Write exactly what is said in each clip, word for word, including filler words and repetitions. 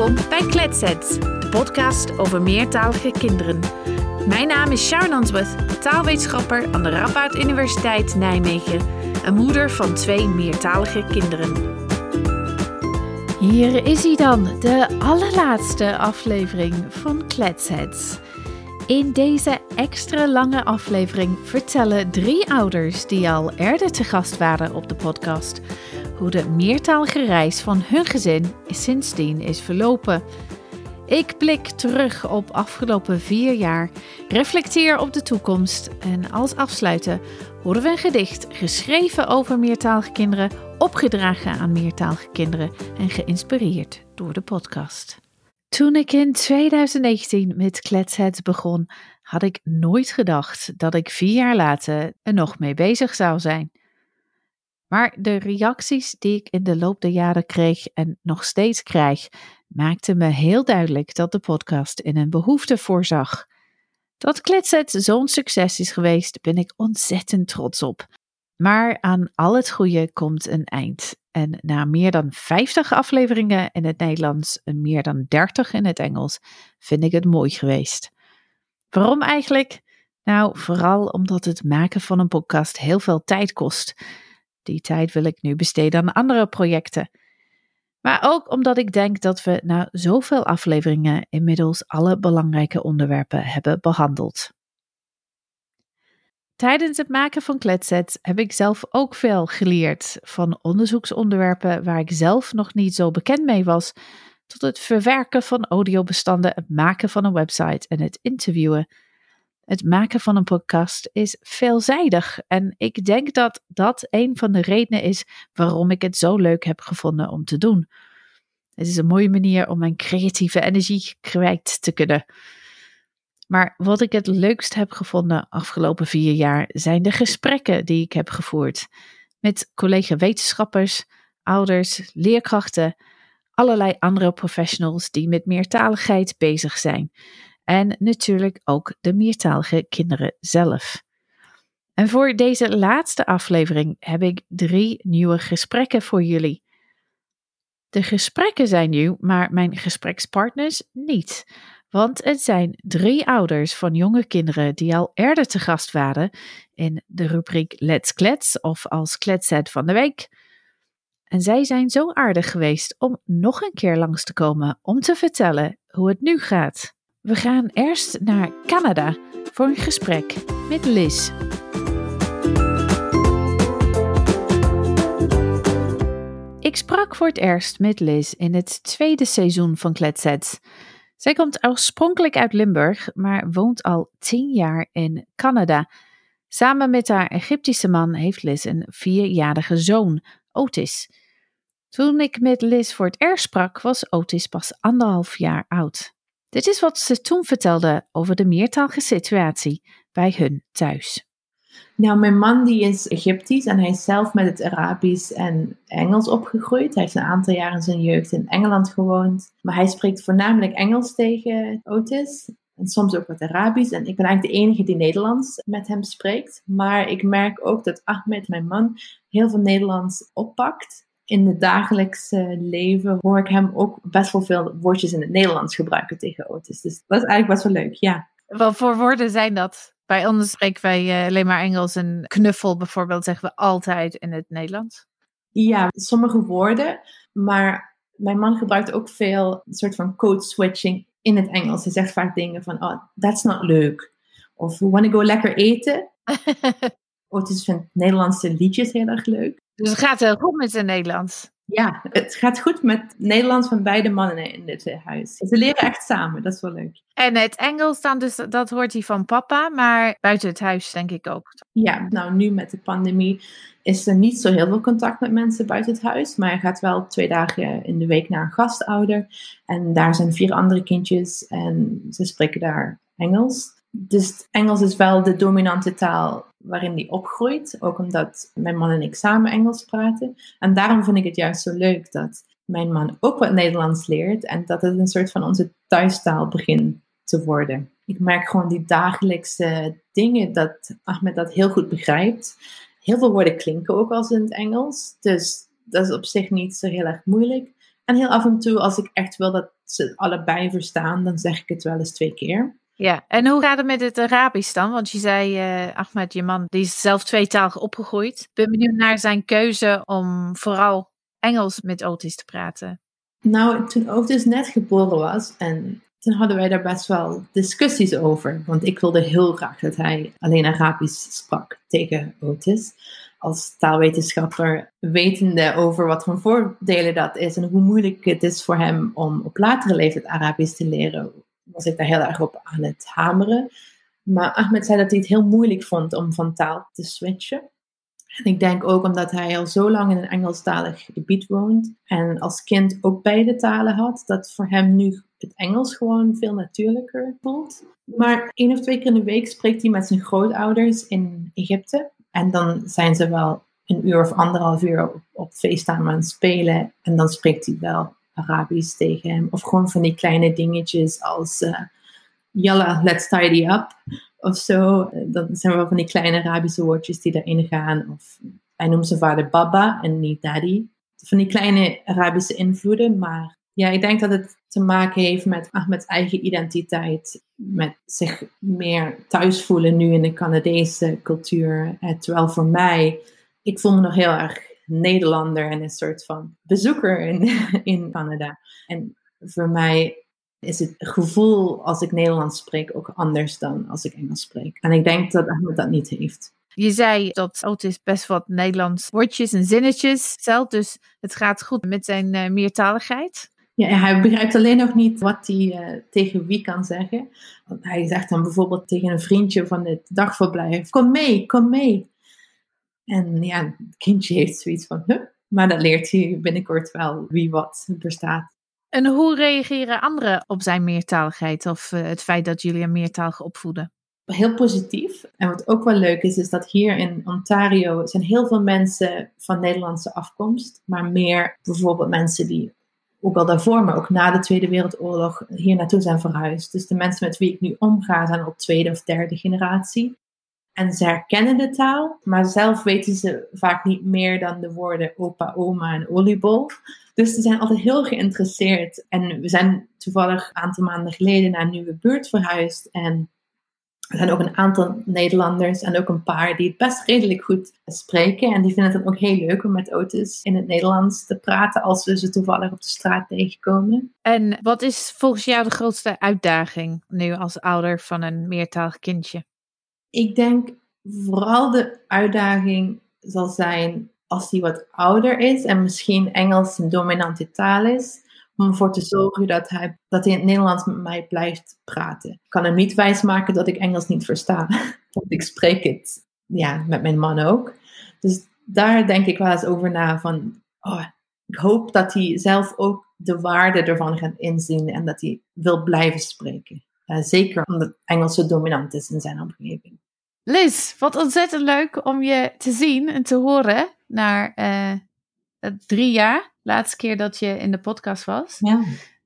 Welkom bij Kletsets, de podcast over meertalige kinderen. Mijn naam is Sharon Answorth, taalwetenschapper aan de Radboud Universiteit Nijmegen en moeder van twee meertalige kinderen. Hier is hij dan, de allerlaatste aflevering van Kletsets. In deze extra lange aflevering vertellen drie ouders die al eerder te gast waren op de podcast hoe de meertalige reis van hun gezin sindsdien is verlopen. Ik blik terug op afgelopen vier jaar, reflecteer op de toekomst en als afsluiten horen we een gedicht geschreven over meertalige kinderen, opgedragen aan meertalige kinderen en geïnspireerd door de podcast. Toen ik in twintig negentien met Kletsets begon, had ik nooit gedacht dat ik vier jaar later er nog mee bezig zou zijn. Maar de reacties die ik in de loop der jaren kreeg en nog steeds krijg, maakten me heel duidelijk dat de podcast in een behoefte voorzag. Dat Kletsets zo'n succes is geweest, ben ik ontzettend trots op. Maar aan al het goede komt een eind. En na meer dan vijftig afleveringen in het Nederlands en meer dan dertig in het Engels, vind ik het mooi geweest. Waarom eigenlijk? Nou, vooral omdat het maken van een podcast heel veel tijd kost. Die tijd wil ik nu besteden aan andere projecten. Maar ook omdat ik denk dat we na zoveel afleveringen inmiddels alle belangrijke onderwerpen hebben behandeld. Tijdens het maken van Kletsets heb ik zelf ook veel geleerd, van onderzoeksonderwerpen waar ik zelf nog niet zo bekend mee was, tot het verwerken van audiobestanden, het maken van een website en het interviewen. Het maken van een podcast is veelzijdig en ik denk dat dat een van de redenen is waarom ik het zo leuk heb gevonden om te doen. Het is een mooie manier om mijn creatieve energie kwijt te kunnen. Maar wat ik het leukst heb gevonden afgelopen vier jaar zijn de gesprekken die ik heb gevoerd met collega-wetenschappers, ouders, leerkrachten, allerlei andere professionals die met meertaligheid bezig zijn. En natuurlijk ook de meertalige kinderen zelf. En voor deze laatste aflevering heb ik drie nieuwe gesprekken voor jullie. De gesprekken zijn nieuw, maar mijn gesprekspartners niet. Want het zijn drie ouders van jonge kinderen die al eerder te gast waren in de rubriek Let's Klets of als Kletset van de week. En zij zijn zo aardig geweest om nog een keer langs te komen om te vertellen hoe het nu gaat. We gaan eerst naar Canada voor een gesprek met Liz. Ik sprak voor het eerst met Liz in het tweede seizoen van Kletsets. Zij komt oorspronkelijk uit Limburg, maar woont al tien jaar in Canada. Samen met haar Egyptische man heeft Liz een vierjarige zoon, Otis. Toen ik met Liz voor het eerst sprak, was Otis pas anderhalf jaar oud. Dit is wat ze toen vertelde over de meertalige situatie bij hun thuis. Nou, mijn man die is Egyptisch en hij is zelf met het Arabisch en Engels opgegroeid. Hij heeft een aantal jaar in zijn jeugd in Engeland gewoond. Maar hij spreekt voornamelijk Engels tegen Otis en soms ook wat Arabisch. En ik ben eigenlijk de enige die Nederlands met hem spreekt. Maar ik merk ook dat Ahmed, mijn man, heel veel Nederlands oppakt. In het dagelijkse leven hoor ik hem ook best wel veel woordjes in het Nederlands gebruiken tegen Otis. Dus dat is eigenlijk best wel leuk, ja. Wat voor woorden zijn dat? Bij ons spreken wij uh, alleen maar Engels en knuffel bijvoorbeeld zeggen we altijd in het Nederlands. Ja, sommige woorden, maar mijn man gebruikt ook veel een soort van code switching in het Engels. Hij zegt vaak dingen van, oh, that's not leuk. Of we want to go lekker eten. Otis vindt Nederlandse liedjes heel erg leuk. Dus het gaat heel goed met het Nederlands. Ja, het gaat goed met Nederlands van beide mannen in dit huis. Ze leren echt samen, dat is wel leuk. En het Engels dan, dus dat hoort hij van papa, maar buiten het huis denk ik ook. Ja, nou nu met de pandemie is er niet zo heel veel contact met mensen buiten het huis. Maar hij gaat wel twee dagen in de week naar een gastouder. En daar zijn vier andere kindjes en ze spreken daar Engels. Dus Engels is wel de dominante taal waarin die opgroeit. Ook omdat mijn man en ik samen Engels praten. En daarom vind ik het juist zo leuk dat mijn man ook wat Nederlands leert. En dat het een soort van onze thuistaal begint te worden. Ik merk gewoon die dagelijkse dingen dat Ahmed dat heel goed begrijpt. Heel veel woorden klinken ook als in het Engels. Dus dat is op zich niet zo heel erg moeilijk. En heel af en toe, als ik echt wil dat ze het allebei verstaan, dan zeg ik het wel eens twee keer. Ja, en hoe gaat het met het Arabisch dan? Want je zei, uh, Ahmed, je man, die is zelf tweetalig opgegroeid. Ik ben benieuwd naar zijn keuze om vooral Engels met Otis te praten. Nou, toen Otis net geboren was en toen hadden wij daar best wel discussies over. Want ik wilde heel graag dat hij alleen Arabisch sprak tegen Otis. Als taalwetenschapper, wetende over wat voor voordelen dat is en hoe moeilijk het is voor hem om op latere leeftijd Arabisch te leren, was ik daar heel erg op aan het hameren. Maar Ahmed zei dat hij het heel moeilijk vond om van taal te switchen. En ik denk ook omdat hij al zo lang in een Engelstalig gebied woont en als kind ook beide talen had, dat voor hem nu het Engels gewoon veel natuurlijker voelt. Maar één of twee keer in de week spreekt hij met zijn grootouders in Egypte. En dan zijn ze wel een uur of anderhalf uur op, op FaceTime aan het spelen. En dan spreekt hij wel Arabisch tegen hem. Of gewoon van die kleine dingetjes als uh, Yalla, let's tidy up. Of zo. Dan zijn er wel van die kleine Arabische woordjes die erin gaan. Of hij noemt zijn vader Baba en niet Daddy. Van die kleine Arabische invloeden. Maar ja, ik denk dat het te maken heeft met Ahmeds eigen identiteit. Met zich meer thuis voelen nu in de Canadese cultuur. En terwijl voor mij, ik voel me nog heel erg Nederlander en een soort van bezoeker in, in Canada. En voor mij is het gevoel als ik Nederlands spreek ook anders dan als ik Engels spreek. En ik denk dat Ahmed dat niet heeft. Je zei dat Otis best wat Nederlands woordjes en zinnetjes stelt, dus het gaat goed met zijn uh, meertaligheid. Ja, hij begrijpt alleen nog niet wat hij uh, tegen wie kan zeggen. Want hij zegt dan bijvoorbeeld tegen een vriendje van het dagverblijf, kom mee, kom mee. En ja, het kindje heeft zoiets van, huh? Maar dat leert hij binnenkort wel wie wat bestaat. En hoe reageren anderen op zijn meertaligheid of uh, het feit dat jullie hem meertalig opvoeden? Heel positief. En wat ook wel leuk is, is dat hier in Ontario zijn heel veel mensen van Nederlandse afkomst. Maar meer bijvoorbeeld mensen die ook al daarvoor, maar ook na de Tweede Wereldoorlog hier naartoe zijn verhuisd. Dus de mensen met wie ik nu omga zijn op tweede of derde generatie. En ze herkennen de taal, maar zelf weten ze vaak niet meer dan de woorden opa, oma en oliebol. Dus ze zijn altijd heel geïnteresseerd. En we zijn toevallig een aantal maanden geleden naar een nieuwe buurt verhuisd. En er zijn ook een aantal Nederlanders en ook een paar die het best redelijk goed spreken. En die vinden het ook heel leuk om met Otis in het Nederlands te praten als we ze toevallig op de straat tegenkomen. En wat is volgens jou de grootste uitdaging nu als ouder van een meertalig kindje? Ik denk vooral de uitdaging zal zijn als hij wat ouder is en misschien Engels een dominante taal is, om ervoor te zorgen dat hij, dat hij in het Nederlands met mij blijft praten. Ik kan hem niet wijsmaken dat ik Engels niet versta, want ik spreek het ja, met mijn man ook. Dus daar denk ik wel eens over na van, oh, ik hoop dat hij zelf ook de waarde ervan gaat inzien en dat hij wil blijven spreken. Uh, zeker omdat Engels zo dominant is in zijn omgeving. Liz, wat ontzettend leuk om je te zien en te horen na uh, drie jaar. Laatste keer dat je in de podcast was. Ja.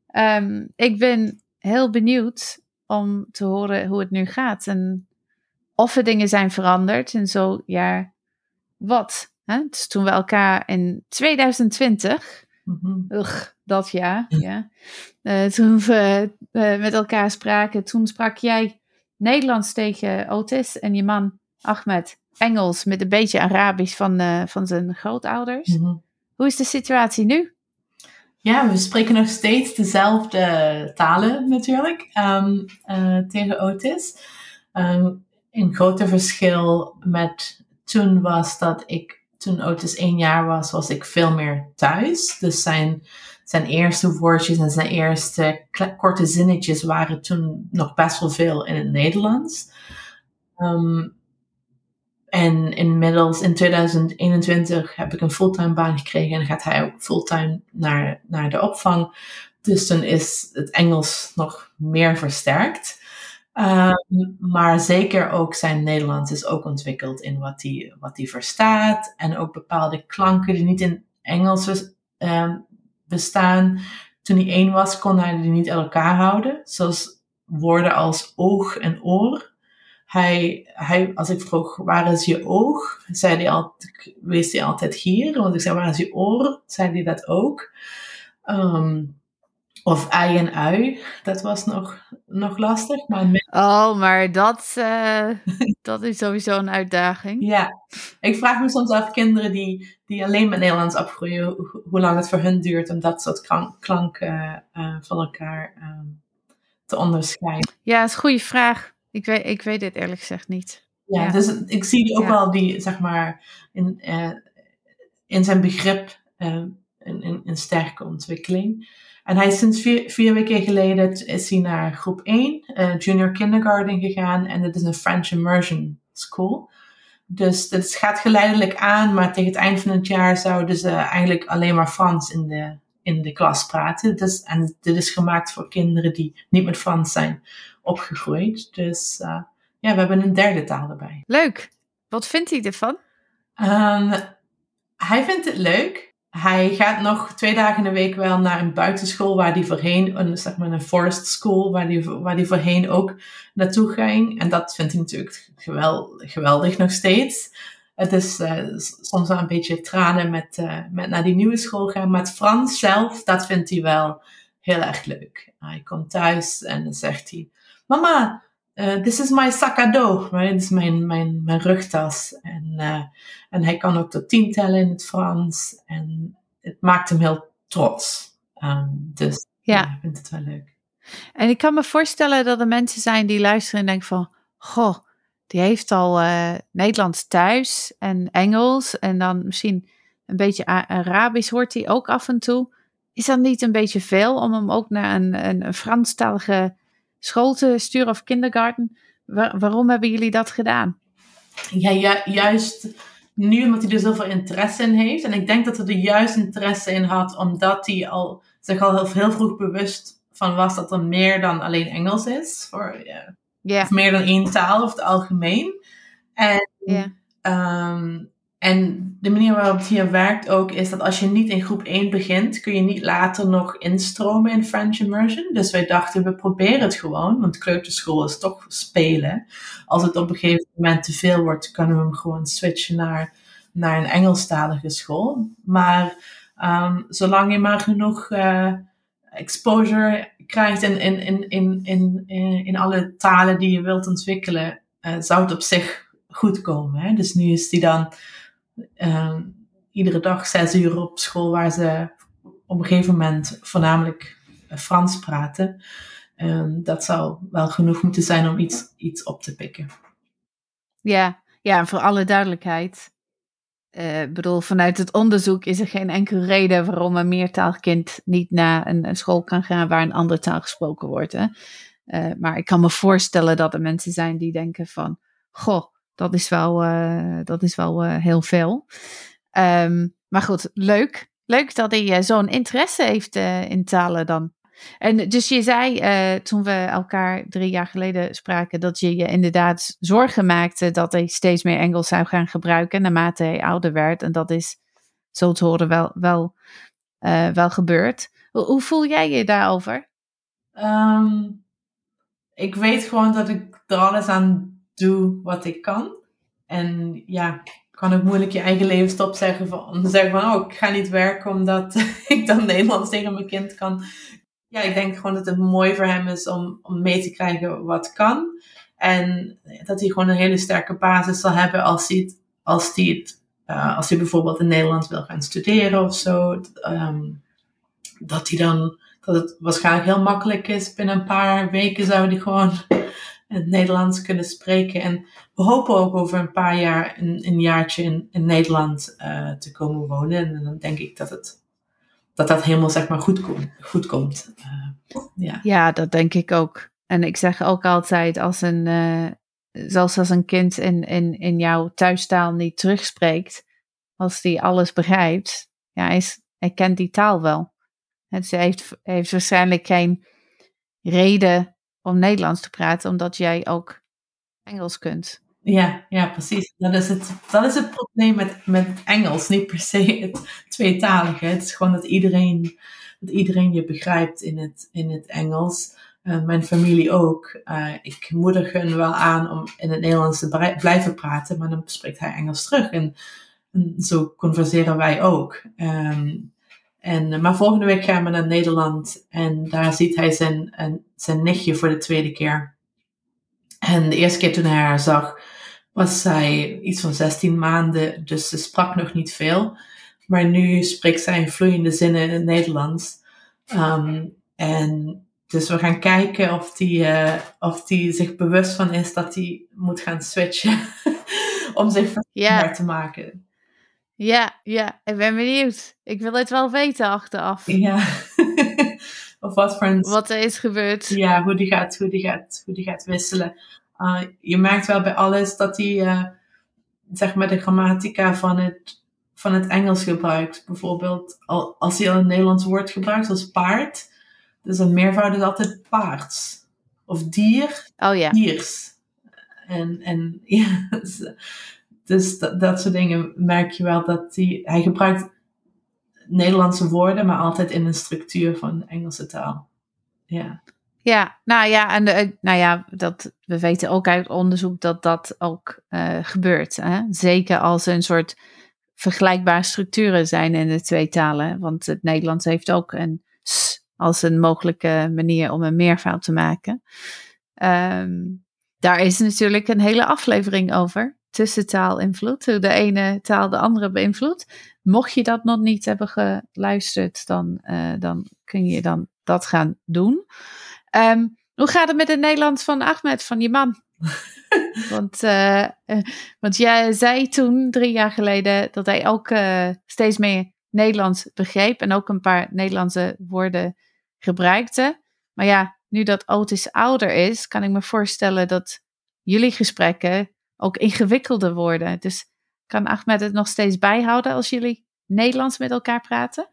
Um, ik ben heel benieuwd om te horen hoe het nu gaat. En of er dingen zijn veranderd. En zo, ja, wat? Hè? Dus toen we elkaar in twintig twintig... Mm-hmm. Ugh, dat jaar, ja. Uh, toen we uh, met elkaar spraken, toen sprak jij Nederlands tegen Otis en je man Ahmed Engels met een beetje Arabisch van, uh, van zijn grootouders. Mm-hmm. Hoe is de situatie nu? Ja, we spreken nog steeds dezelfde talen natuurlijk um, uh, tegen Otis. Um, een grote verschil met toen was dat ik, toen Otis één jaar was, was ik veel meer thuis. Dus zijn, zijn eerste woordjes en zijn eerste k- korte zinnetjes waren toen nog best wel veel in het Nederlands. Um, En inmiddels in twintig eenentwintig heb ik een fulltime baan gekregen en gaat hij ook fulltime naar, naar de opvang. Dus dan is het Engels nog meer versterkt. Um, maar zeker ook zijn Nederlands is ook ontwikkeld in wat hij wat hij verstaat. En ook bepaalde klanken die niet in Engels um, bestaan. Toen hij één was, kon hij die niet uit elkaar houden. Zoals woorden als oog en oor. Hij, hij, als ik vroeg, waar is je oog? Zei hij altijd, wees hij altijd hier. Want ik zei, waar is je oor? Zei hij dat ook. Um, of ei en ui, dat was nog, nog lastig. Maar met... Oh, maar dat, uh, dat is sowieso een uitdaging. Ja, ik vraag me soms af, kinderen die, die alleen met Nederlands opgroeien, hoe, hoe lang het voor hun duurt om dat soort klank, klanken uh, van elkaar um, te onderscheiden. Ja, dat is een goede vraag. Ik weet, ik weet dit eerlijk gezegd niet. Ja, ja. Dus ik zie ook ja. wel die, zeg maar, in, uh, in zijn begrip uh, een, een, een sterke ontwikkeling. En hij is sinds vier, vier weken geleden is hij naar groep één, uh, junior kindergarten gegaan. En het is een French immersion school. Dus het gaat geleidelijk aan, maar tegen het eind van het jaar zouden ze eigenlijk alleen maar Frans in de, in de klas praten. Dus, en dit is gemaakt voor kinderen die niet met Frans zijn opgegroeid. Dus uh, ja, we hebben een derde taal erbij. Leuk. Wat vindt hij ervan? Um, hij vindt het leuk. Hij gaat nog twee dagen in de week wel naar een buitenschool waar hij voorheen, een, zeg maar een forest school, waar hij, waar hij voorheen ook naartoe ging. En dat vindt hij natuurlijk geweldig, geweldig nog steeds. Het is uh, soms wel een beetje tranen met, uh, met naar die nieuwe school gaan. Maar het Frans zelf, dat vindt hij wel heel erg leuk. Hij komt thuis en dan zegt hij, mama, Uh, this is my sac à dos, right? Dit is mijn, mijn, mijn rugtas. En, uh, en hij kan ook tot tien tellen in het Frans. En het maakt hem heel trots. Um, dus ja. ja, ik vind het wel leuk. En ik kan me voorstellen dat er mensen zijn die luisteren en denken van, goh, die heeft al uh, Nederlands thuis en Engels. En dan misschien een beetje Arabisch hoort hij ook af en toe. Is dat niet een beetje veel om hem ook naar een, een, een Franstalige school te sturen of kindergarten? Waar, waarom hebben jullie dat gedaan? Ja, ju- juist nu omdat hij er zoveel interesse in heeft. En ik denk dat hij er juist interesse in had, omdat hij al, zich al heel, heel vroeg bewust van was dat er meer dan alleen Engels is. Voor, yeah. Yeah. Of meer dan één taal over het algemeen. En, yeah. um, en de manier waarop het hier werkt ook is dat als je niet in groep één begint, kun je niet later nog instromen in French immersion. Dus wij dachten, we proberen het gewoon, want kleuterschool is toch spelen. Als het op een gegeven moment te veel wordt, kunnen we hem gewoon switchen naar, naar een Engelstalige school. Maar um, zolang je maar genoeg uh, exposure krijgt in, in, in, in, in, in alle talen die je wilt ontwikkelen, uh, zou het op zich goed komen. Hè? Dus nu is die dan Uh, iedere dag zes uur op school waar ze op een gegeven moment voornamelijk uh, Frans praten. Uh, dat zou wel genoeg moeten zijn om iets, iets op te pikken. Ja, ja, en voor alle duidelijkheid. Ik uh, bedoel, vanuit het onderzoek is er geen enkele reden waarom een meertalig kind niet naar een, een school kan gaan waar een andere taal gesproken wordt. Hè? Uh, maar ik kan me voorstellen dat er mensen zijn die denken van, goh, Dat is wel, uh, dat is wel uh, heel veel. Um, maar goed, leuk. Leuk dat hij uh, zo'n interesse heeft uh, in talen dan. En dus je zei uh, toen we elkaar drie jaar geleden spraken, dat je je inderdaad zorgen maakte dat hij steeds meer Engels zou gaan gebruiken naarmate hij ouder werd. En dat is zo te horen wel, wel, uh, wel gebeurd. Hoe, hoe voel jij je daarover? Um, ik weet gewoon dat ik er alles aan doe wat ik kan. En ja, kan ook moeilijk je eigen leven stopzeggen van, zeggen van, oh, ik ga niet werken omdat ik dan Nederlands tegen mijn kind kan. Ja, ik denk gewoon dat het mooi voor hem is om, om mee te krijgen wat kan. En dat hij gewoon een hele sterke basis zal hebben als hij het, als hij, het, uh, als hij bijvoorbeeld in Nederland wil gaan studeren of zo. Um, dat hij dan, dat het waarschijnlijk heel makkelijk is. Binnen een paar weken zou hij gewoon het Nederlands kunnen spreken. En we hopen ook over een paar jaar een, een jaartje in, in Nederland uh, te komen wonen. En dan denk ik dat het, dat, dat helemaal zeg maar goed, kom, goed komt. Uh, ja. ja, dat denk ik ook. En ik zeg ook altijd, als een, uh, zelfs als een kind in, in, in jouw thuistaal niet terugspreekt, als die alles begrijpt, ja, hij, is, hij kent die taal wel. En ze heeft, heeft waarschijnlijk geen reden om Nederlands te praten, omdat jij ook Engels kunt. Ja, ja, precies. Dat is het, dat is het probleem met, met Engels. Niet per se het tweetalige. Het is gewoon dat iedereen, dat iedereen je begrijpt in het, in het Engels. Uh, mijn familie ook. Uh, ik moedig hun wel aan om in het Nederlands te blijven praten, maar dan spreekt hij Engels terug. En, en zo converseren wij ook. Um, en, maar volgende week gaan we naar Nederland. En daar ziet hij zijn, en, zijn nichtje voor de tweede keer. En de eerste keer toen hij haar zag, was zij iets van zestien maanden. Dus ze sprak nog niet veel. Maar nu spreekt zij in vloeiende zinnen in het Nederlands. Um, en dus we gaan kijken of die, uh, of die zich bewust van is dat hij moet gaan switchen. Om zich verstaanbaar Ja. te maken. Ja, ja, ik ben benieuwd. Ik wil het wel weten achteraf. Ja. Of wat voor een... Wat er is gebeurd. Ja, hoe die gaat, hoe die gaat, hoe die gaat wisselen. Uh, je merkt wel bij alles dat hij, uh, zeg maar, de grammatica van het, van het Engels gebruikt. Bijvoorbeeld, al, als hij al een Nederlands woord gebruikt, zoals paard. Dus een meervoud is altijd paards. Of dier, Oh ja. diers. En, en ja, dus, dus dat, dat soort dingen merk je wel dat hij, hij gebruikt Nederlandse woorden, maar altijd in een structuur van de Engelse taal. Ja. Ja, nou ja, en de, nou ja, dat, we weten ook uit onderzoek dat dat ook uh, gebeurt. Hè? Zeker als er een soort vergelijkbare structuren zijn in de twee talen. Want het Nederlands heeft ook een s als een mogelijke manier om een meervoud te maken. Um, daar is natuurlijk een hele aflevering over. Tussentaalinvloed, hoe de ene taal de andere beïnvloedt. Mocht je dat nog niet hebben geluisterd, dan, uh, dan kun je dan dat gaan doen. Um, hoe gaat het met het Nederlands van Ahmed, van je man? want, uh, uh, want jij zei toen, drie jaar geleden, dat hij ook uh, steeds meer Nederlands begreep en ook een paar Nederlandse woorden gebruikte. Maar ja, nu dat Otis ouder is, kan ik me voorstellen dat jullie gesprekken ook ingewikkelder worden. Dus kan Ahmed het nog steeds bijhouden als jullie Nederlands met elkaar praten?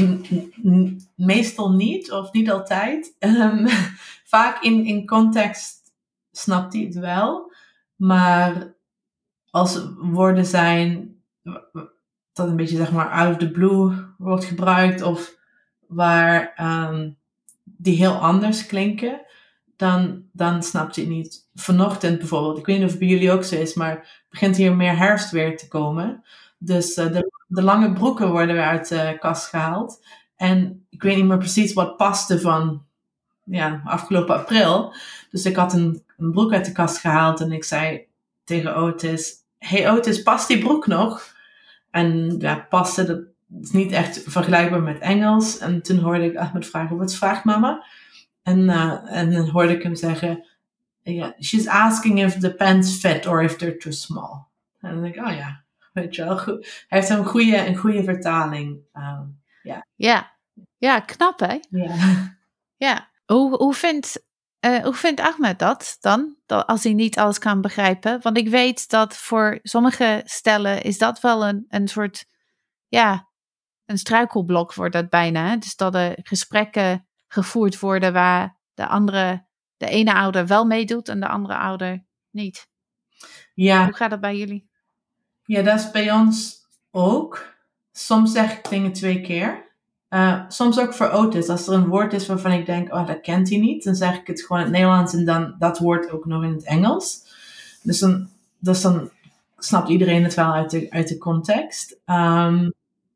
Meestal niet, of niet altijd. Um, vaak in, in context snapt hij het wel. Maar als woorden zijn dat een beetje, zeg maar, out of the blue wordt gebruikt, of waar um, die heel anders klinken, dan, dan snapt hij het niet. Vanochtend bijvoorbeeld, ik weet niet of het bij jullie ook zo is, maar begint hier meer herfst weer te komen. Dus uh, de, de lange broeken worden weer uit de kast gehaald. En ik weet niet meer precies wat paste van ja, afgelopen april. Dus ik had een, een broek uit de kast gehaald en ik zei tegen Otis, hey Otis, past die broek nog? En ja, passen, dat is niet echt vergelijkbaar met Engels. En toen hoorde ik Ahmed vragen, wat vraagt mama? En, uh, en dan hoorde ik hem zeggen, yeah, she's asking if the pants fit or if they're too small. En dan denk ik, oh ja, weet je wel, goed. Hij heeft een goede, een goede vertaling. Um, yeah. Ja, ja, knap hè? Ja. Ja. Hoe, hoe, vindt, uh, hoe vindt Ahmed dat dan, dat, als hij niet alles kan begrijpen? Want ik weet dat voor sommige stellen is dat wel een, een soort, ja, een struikelblok wordt dat bijna. Hè? Dus dat er gesprekken gevoerd worden waar de andere, de ene ouder wel meedoet en de andere ouder niet. Ja. Hoe gaat dat bij jullie? Ja, dat is bij ons ook. Soms zeg ik dingen twee keer. Uh, soms ook voor Otis. Als er een woord is waarvan ik denk, oh, dat kent hij niet, dan zeg ik het gewoon in het Nederlands en dan dat woord ook nog in het Engels. Dus dan, dus dan snapt iedereen het wel uit de, uit de context. Um,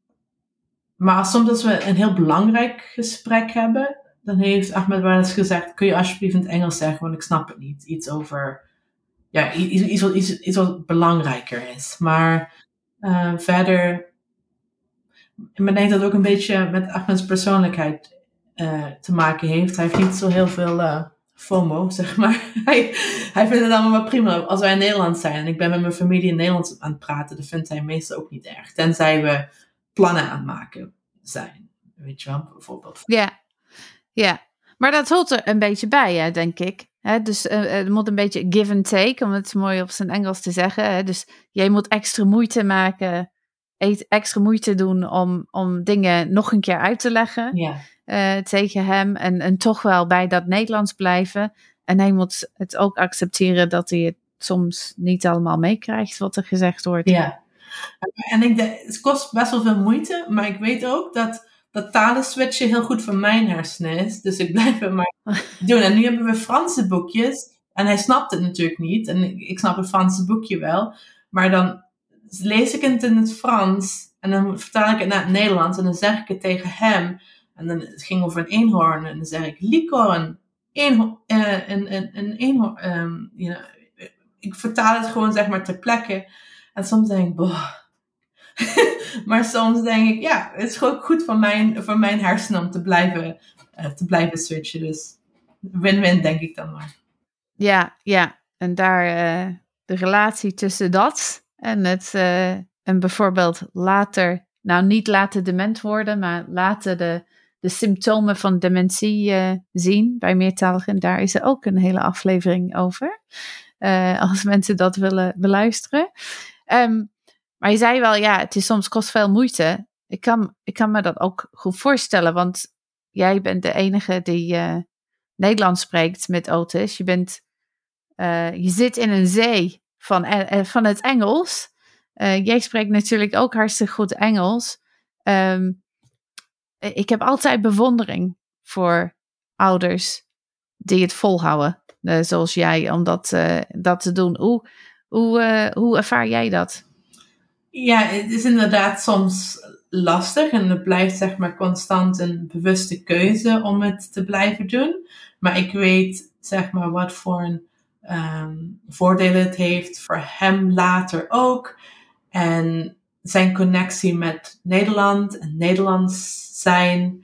maar soms als we een heel belangrijk gesprek hebben, dan heeft Ahmed wel eens gezegd, kun je alsjeblieft in het Engels zeggen, want ik snap het niet. Iets over, ja, iets, iets, wat, iets, iets wat belangrijker is. Maar uh, verder, ik denk dat het ook een beetje met Ahmed's persoonlijkheid uh, te maken heeft. Hij heeft niet zo heel veel uh, FOMO, zeg maar. hij, hij vindt het allemaal wel prima. Als wij in Nederland zijn en ik ben met mijn familie in Nederlands aan het praten, dat vindt hij meestal ook niet erg. Tenzij we plannen aan het maken zijn. Weet je wel, bijvoorbeeld. Ja, ja. Maar dat hoort er een beetje bij, hè, denk ik. He, dus uh, het moet een beetje give and take, om het mooi op zijn Engels te zeggen. Hè. Dus jij moet extra moeite maken, extra moeite doen om, om dingen nog een keer uit te leggen ja. uh, tegen hem. En, en toch wel bij dat Nederlands blijven. En hij moet het ook accepteren dat hij het soms niet allemaal meekrijgt wat er gezegd wordt. Ja. En ik denk, het kost best wel veel moeite, maar ik weet ook dat dat talen switchen heel goed voor mijn hersenen is. Dus ik blijf het maar doen. En nu hebben we Franse boekjes. En hij snapt het natuurlijk niet. En ik snap het Franse boekje wel. Maar dan lees ik het in het Frans. En dan vertaal ik het naar het Nederlands en dan zeg ik het tegen hem. En dan het ging over een eenhoorn en dan zeg ik likorn, eenhoorn, uh, een, een, een eenhoorn. Um, you know, ik vertaal het gewoon zeg maar ter plekke. En soms denk ik, boh. Maar soms denk ik, ja, het is gewoon goed voor mijn, voor mijn hersenen om te blijven, uh, te blijven switchen. Dus win-win denk ik dan maar. Ja, ja. En daar uh, de relatie tussen dat en het uh, en bijvoorbeeld later, nou niet laten dement worden, maar laten de, de symptomen van dementie uh, zien bij meertaligen. Daar is er ook een hele aflevering over. Uh, als mensen dat willen beluisteren. Um, maar je zei wel, ja, het is soms kost veel moeite. Ik kan, ik kan me dat ook goed voorstellen, want jij bent de enige die uh, Nederlands spreekt met Otis. Je bent, uh, je zit in een zee van, uh, van het Engels. Uh, jij spreekt natuurlijk ook hartstikke goed Engels. Um, ik heb altijd bewondering voor ouders die het volhouden, uh, zoals jij, om dat, uh, dat te doen. Hoe, hoe, uh, hoe ervaar jij dat? Ja, het is inderdaad soms lastig en het blijft zeg maar constant een bewuste keuze om het te blijven doen. Maar ik weet zeg maar wat voor een um, voordelen het heeft voor hem later ook. En zijn connectie met Nederland en Nederlands zijn.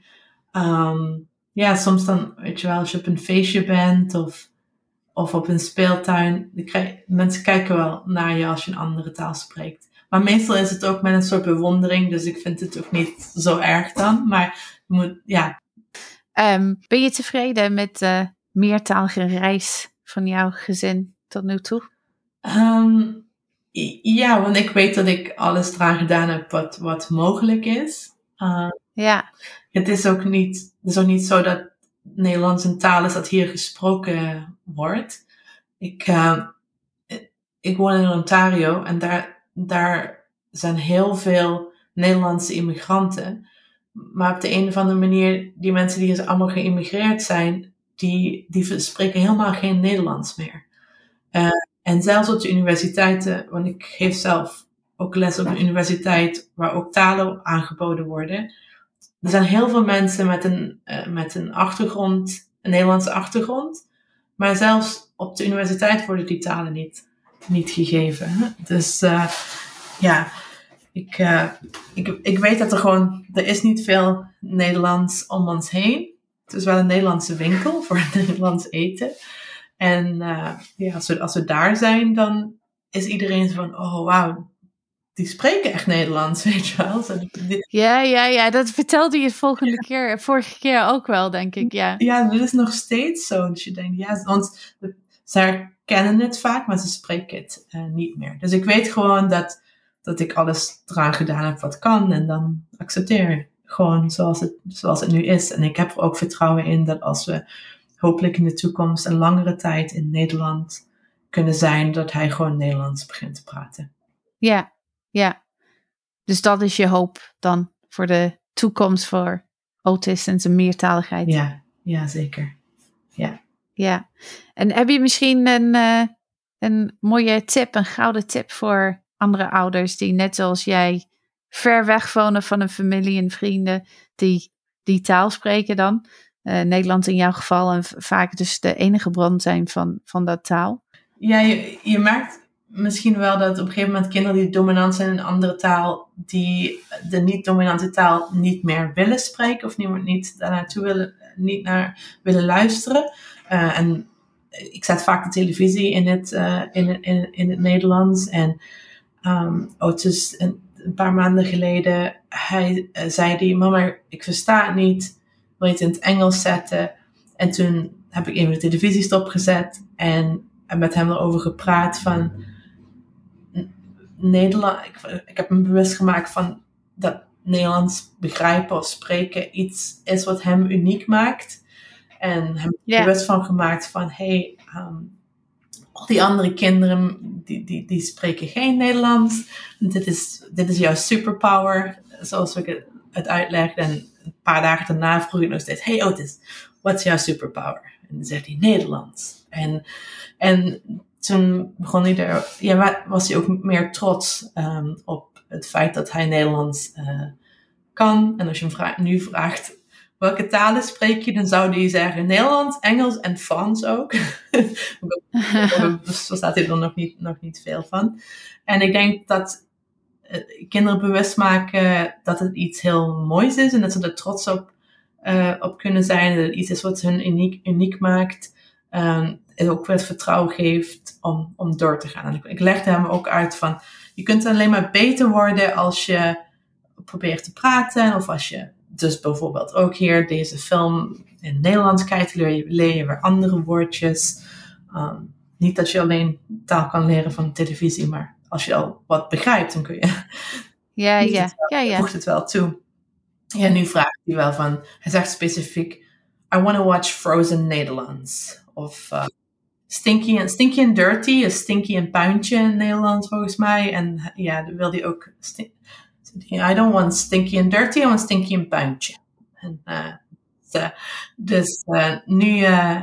Um, ja, soms dan, weet je wel, als je op een feestje bent of, of op een speeltuin. Krijg, mensen kijken wel naar je als je een andere taal spreekt. Maar meestal is het ook met een soort bewondering, dus ik vind het ook niet zo erg dan. Maar je moet, ja. Um, ben je tevreden met de meertalige reis van jouw gezin tot nu toe? Um, ja, want ik weet dat ik alles eraan gedaan heb wat, wat mogelijk is. Uh, ja. Het is ook niet, het is ook niet zo dat Nederlands een taal is dat hier gesproken wordt. Ik, uh, ik woon in Ontario en daar... Daar zijn heel veel Nederlandse immigranten. Maar op de een of andere manier, die mensen die dus allemaal geïmmigreerd zijn, die, die spreken helemaal geen Nederlands meer. Uh, en zelfs op de universiteiten, want ik geef zelf ook les op een universiteit waar ook talen aangeboden worden. Er zijn heel veel mensen met een, uh, met een achtergrond, een Nederlandse achtergrond. Maar zelfs op de universiteit worden die talen niet niet gegeven. Hè? Dus uh, ja, ik, uh, ik, ik weet dat er gewoon, er is niet veel Nederlands om ons heen. Het is wel een Nederlandse winkel voor Nederlands eten. En uh, ja, als we, als we daar zijn, dan is iedereen zo van, oh wauw, die spreken echt Nederlands, weet je wel. Zo, die, ja, ja, ja, dat vertelde je volgende ja. keer, vorige keer ook wel, denk ik, ja. Ja, dat is nog steeds zo. Dus je denkt, ja, want ze kennen het vaak, maar ze spreken het uh, niet meer. Dus ik weet gewoon dat, dat ik alles eraan gedaan heb wat kan. En dan accepteer ik gewoon zoals het, zoals het nu is. En ik heb er ook vertrouwen in dat als we hopelijk in de toekomst een langere tijd in Nederland kunnen zijn, dat hij gewoon Nederlands begint te praten. Ja, ja. Dus dat is je hoop dan voor de toekomst voor Otis en zijn meertaligheid. Ja, ja zeker. Ja. Ja, en heb je misschien een, uh, een mooie tip, een gouden tip voor andere ouders die net zoals jij ver weg wonen van hun familie en vrienden die die taal spreken dan? Uh, Nederland in jouw geval en v- vaak dus de enige bron zijn van, van dat taal. Ja, je, je merkt misschien wel dat op een gegeven moment kinderen die dominant zijn in een andere taal, die de niet-dominante taal niet meer willen spreken of niet, niet daarnaartoe willen, niet naar willen luisteren. Uh, en ik zet vaak de televisie in het, uh, in, in, in het Nederlands. En um, Otis, een, een paar maanden geleden, hij uh, zei die, mama, ik versta het niet. Wil je het in het Engels zetten? En toen heb ik even de televisie stopgezet en, en met hem erover gepraat van Nederland. Ik, ik heb hem bewust gemaakt van dat Nederlands begrijpen of spreken iets is wat hem uniek maakt. En hem Yeah. bewust van gemaakt van, hey, um, al die andere kinderen, die, die, die spreken geen Nederlands. Dit is, dit is jouw superpower, zoals ik het, het uitlegde. En een paar dagen daarna vroeg ik nog steeds, hey Otis, wat is jouw superpower? En dan zegt hij Nederlands. En, en toen begon hij er, ja, was hij ook meer trots um, op het feit dat hij Nederlands uh, kan. En als je hem vra- nu vraagt welke talen spreek je, dan zou hij zeggen Nederlands, Engels en Frans ook. Daar staat hij er nog niet, nog niet veel van. En ik denk dat uh, kinderen bewust maken dat het iets heel moois is en dat ze er trots op, uh, op kunnen zijn. Dat het iets is wat hun uniek, uniek maakt. Um, en ook weer het vertrouwen geeft om, om door te gaan. En ik, ik legde hem ook uit van, je kunt alleen maar beter worden als je probeert te praten. Of als je dus bijvoorbeeld ook hier deze film in het Nederlands kijkt, leer je, leer je weer andere woordjes. Um, niet dat je alleen taal kan leren van televisie, maar als je al wat begrijpt, dan kun je... Ja, ja, het wel, ja, ja. voegt het wel toe. Ja, nu vraagt hij wel van, hij zegt specifiek, I want to watch Frozen Nederlands. Of uh, Stinky and, Stinky and Dirty is Stinky en Puintje in Nederlands volgens mij. En ja, dan wil hij ook... Stink, I don't want Stinky and Dirty, I want Stinky en Puintje. En, uh, dus dus uh, nu, uh,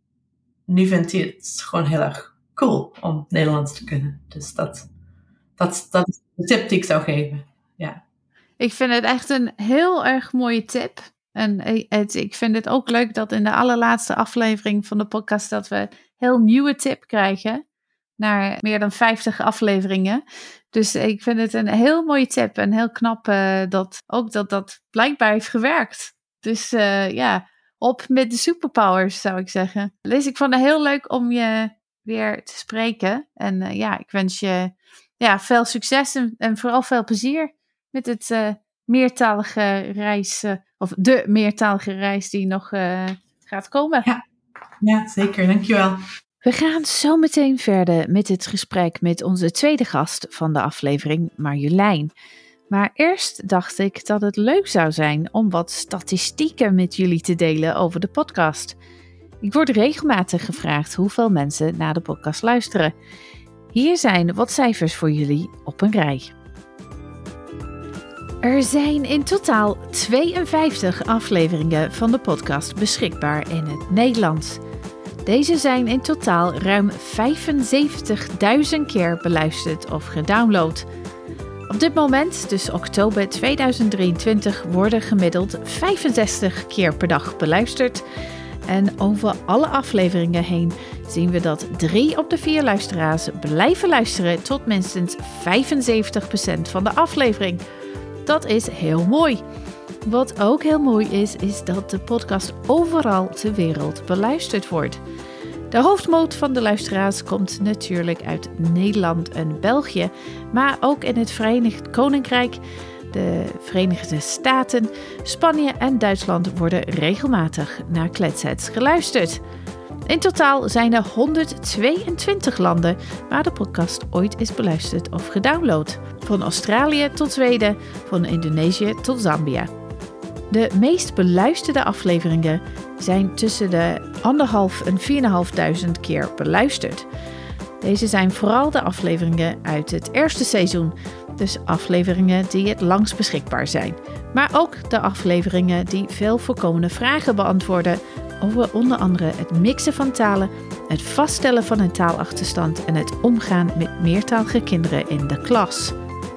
nu vindt hij het gewoon heel erg cool om Nederlands te kunnen. Dus dat, dat, dat is de tip die ik zou geven. Ja. Ik vind het echt een heel erg mooie tip. En het, ik vind het ook leuk dat in de allerlaatste aflevering van de podcast dat we een heel nieuwe tip krijgen. Naar meer dan vijftig afleveringen. Dus ik vind het een heel mooie tip. En heel knap uh, dat ook dat dat blijkbaar heeft gewerkt. Dus uh, ja, op met de superpowers zou ik zeggen. Liz, ik vond het heel leuk om je weer te spreken. En uh, ja, ik wens je ja, veel succes en, en vooral veel plezier met het uh, meertalige reis. Uh, of de meertalige reis die nog uh, gaat komen. Ja. ja, zeker. Dankjewel. We gaan zo meteen verder met het gesprek met onze tweede gast van de aflevering, Marjolein. Maar eerst dacht ik dat het leuk zou zijn om wat statistieken met jullie te delen over de podcast. Ik word regelmatig gevraagd hoeveel mensen naar de podcast luisteren. Hier zijn wat cijfers voor jullie op een rij. Er zijn in totaal tweeënvijftig afleveringen van de podcast beschikbaar in het Nederlands. Deze zijn in totaal ruim vijfenzeventigduizend keer beluisterd of gedownload. Op dit moment, dus oktober tweeduizend drieëntwintig, worden gemiddeld vijfenzestig keer per dag beluisterd. En over alle afleveringen heen zien we dat drie op de vier luisteraars blijven luisteren tot minstens vijfenzeventig procent van de aflevering. Dat is heel mooi. Wat ook heel mooi is, is dat de podcast overal ter wereld beluisterd wordt. De hoofdmoot van de luisteraars komt natuurlijk uit Nederland en België, maar ook in het Verenigd Koninkrijk, de Verenigde Staten, Spanje en Duitsland worden regelmatig naar Kletsets geluisterd. In totaal zijn er honderdtweeëntwintig landen waar de podcast ooit is beluisterd of gedownload. Van Australië tot Zweden, van Indonesië tot Zambia. De meest beluisterde afleveringen zijn tussen de anderhalf en vierduizend keer beluisterd. Deze zijn vooral de afleveringen uit het eerste seizoen, dus afleveringen die het langst beschikbaar zijn. Maar ook de afleveringen die veel voorkomende vragen beantwoorden over onder andere het mixen van talen, het vaststellen van een taalachterstand en het omgaan met meertalige kinderen in de klas.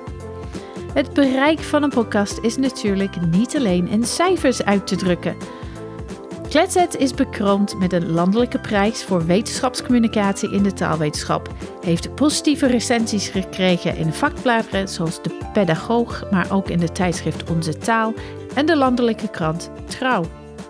Het bereik van een podcast is natuurlijk niet alleen in cijfers uit te drukken. Kletsets is bekroond met een landelijke prijs voor wetenschapscommunicatie in de taalwetenschap, heeft positieve recensies gekregen in vakbladen zoals De Pedagoog, maar ook in de tijdschrift Onze Taal en de landelijke krant Trouw.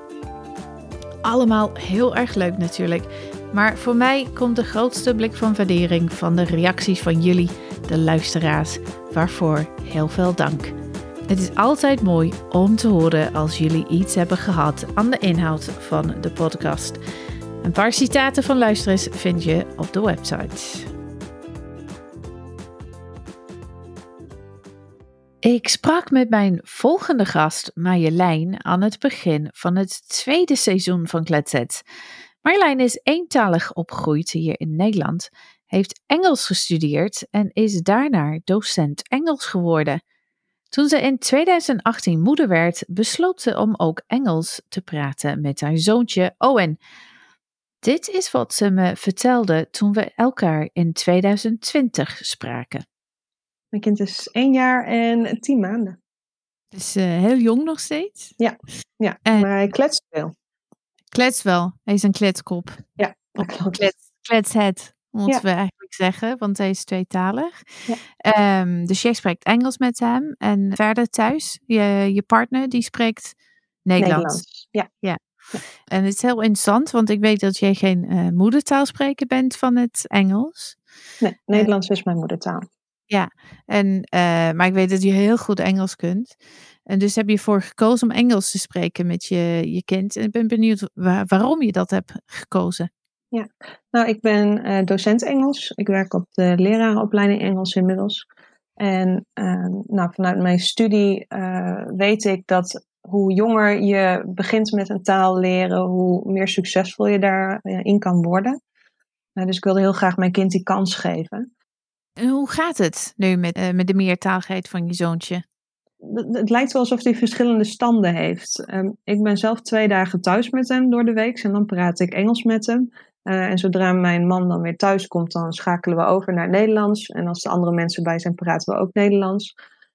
Allemaal heel erg leuk natuurlijk, maar voor mij komt de grootste blik van waardering van de reacties van jullie, de luisteraars, waarvoor heel veel dank. Het is altijd mooi om te horen als jullie iets hebben gehad aan de inhoud van de podcast. Een paar citaten van luisteraars vind je op de website. Ik sprak met mijn volgende gast, Marjolein, aan het begin van het tweede seizoen van Kletsets. Marjolein is eentalig opgegroeid hier in Nederland, heeft Engels gestudeerd en is daarna docent Engels geworden. Toen ze in tweeduizend achttien moeder werd, besloot ze om ook Engels te praten met haar zoontje Owen. Dit is wat ze me vertelde toen we elkaar in tweeduizend twintig spraken. Mijn kind is één jaar en tien maanden. Dus uh, heel jong nog steeds? Ja, ja. En maar hij kletst veel. Klets wel. Hij is een kletskop. Ja, dat klopt. Klets, kletshead, moeten ja. we eigenlijk zeggen, want hij is tweetalig. Ja. Um, dus jij spreekt Engels met hem en verder thuis, je, je partner die spreekt Nederlands. Nederlands, ja. ja. Ja. En het is heel interessant, want ik weet dat jij geen uh, moedertaalspreker bent van het Engels. Nee, Nederlands uh, is mijn moedertaal. Ja, en, uh, maar ik weet dat je heel goed Engels kunt. En dus heb je ervoor gekozen om Engels te spreken met je, je kind. En ik ben benieuwd waar, waarom je dat hebt gekozen. Ja, nou ik ben uh, docent Engels. Ik werk op de lerarenopleiding Engels inmiddels. En uh, nou, vanuit mijn studie uh, weet ik dat hoe jonger je begint met een taal leren, hoe meer succesvol je daarin kan worden. Uh, dus ik wilde heel graag mijn kind die kans geven. En hoe gaat het nu met, uh, met de meertaligheid van je zoontje? Het, het lijkt wel alsof hij verschillende standen heeft. Um, ik ben zelf twee dagen thuis met hem door de week en dan praat ik Engels met hem. Uh, en zodra mijn man dan weer thuis komt, dan schakelen we over naar Nederlands. En als er andere mensen bij zijn, praten we ook Nederlands.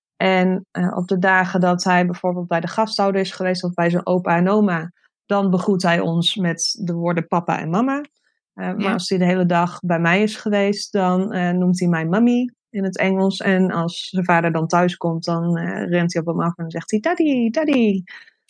En uh, op de dagen dat hij bijvoorbeeld bij de gasthouder is geweest of bij zijn opa en oma, dan begroet hij ons met de woorden papa en mama. Uh, ja. Maar als hij de hele dag bij mij is geweest, dan uh, noemt hij mij mummy in het Engels. En als zijn vader dan thuis komt, dan uh, rent hij op hem af en dan zegt hij daddy, daddy.